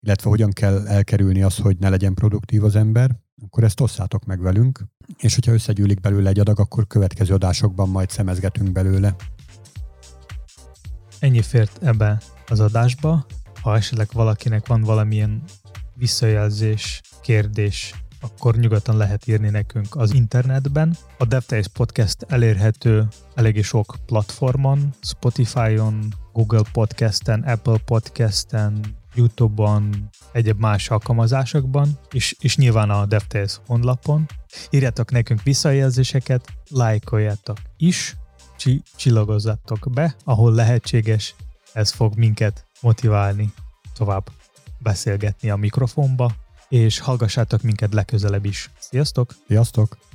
illetve hogyan kell elkerülni azt, hogy ne legyen produktív az ember, akkor ezt osszátok meg velünk, és hogyha összegyűlik belőle egy adag, akkor következő adásokban majd szemezgetünk belőle.
Ennyi fért ebbe az adásba. Ha esetleg valakinek van valamilyen visszajelzés, kérdés, akkor nyugodtan lehet írni nekünk az internetben. A DevTales Podcast elérhető eléggé sok platformon, Spotify-on, Google Podcasten, Apple Podcasten, YouTube-on, egyéb más alkalmazásokban, és, és nyilván a DevTales honlapon. Írjátok nekünk visszajelzéseket, lájkoljátok is, csi- csillagozzatok be, ahol lehetséges, ez fog minket motiválni tovább beszélgetni a mikrofonba, és hallgassátok minket legközelebb is. Sziasztok!
Sziasztok!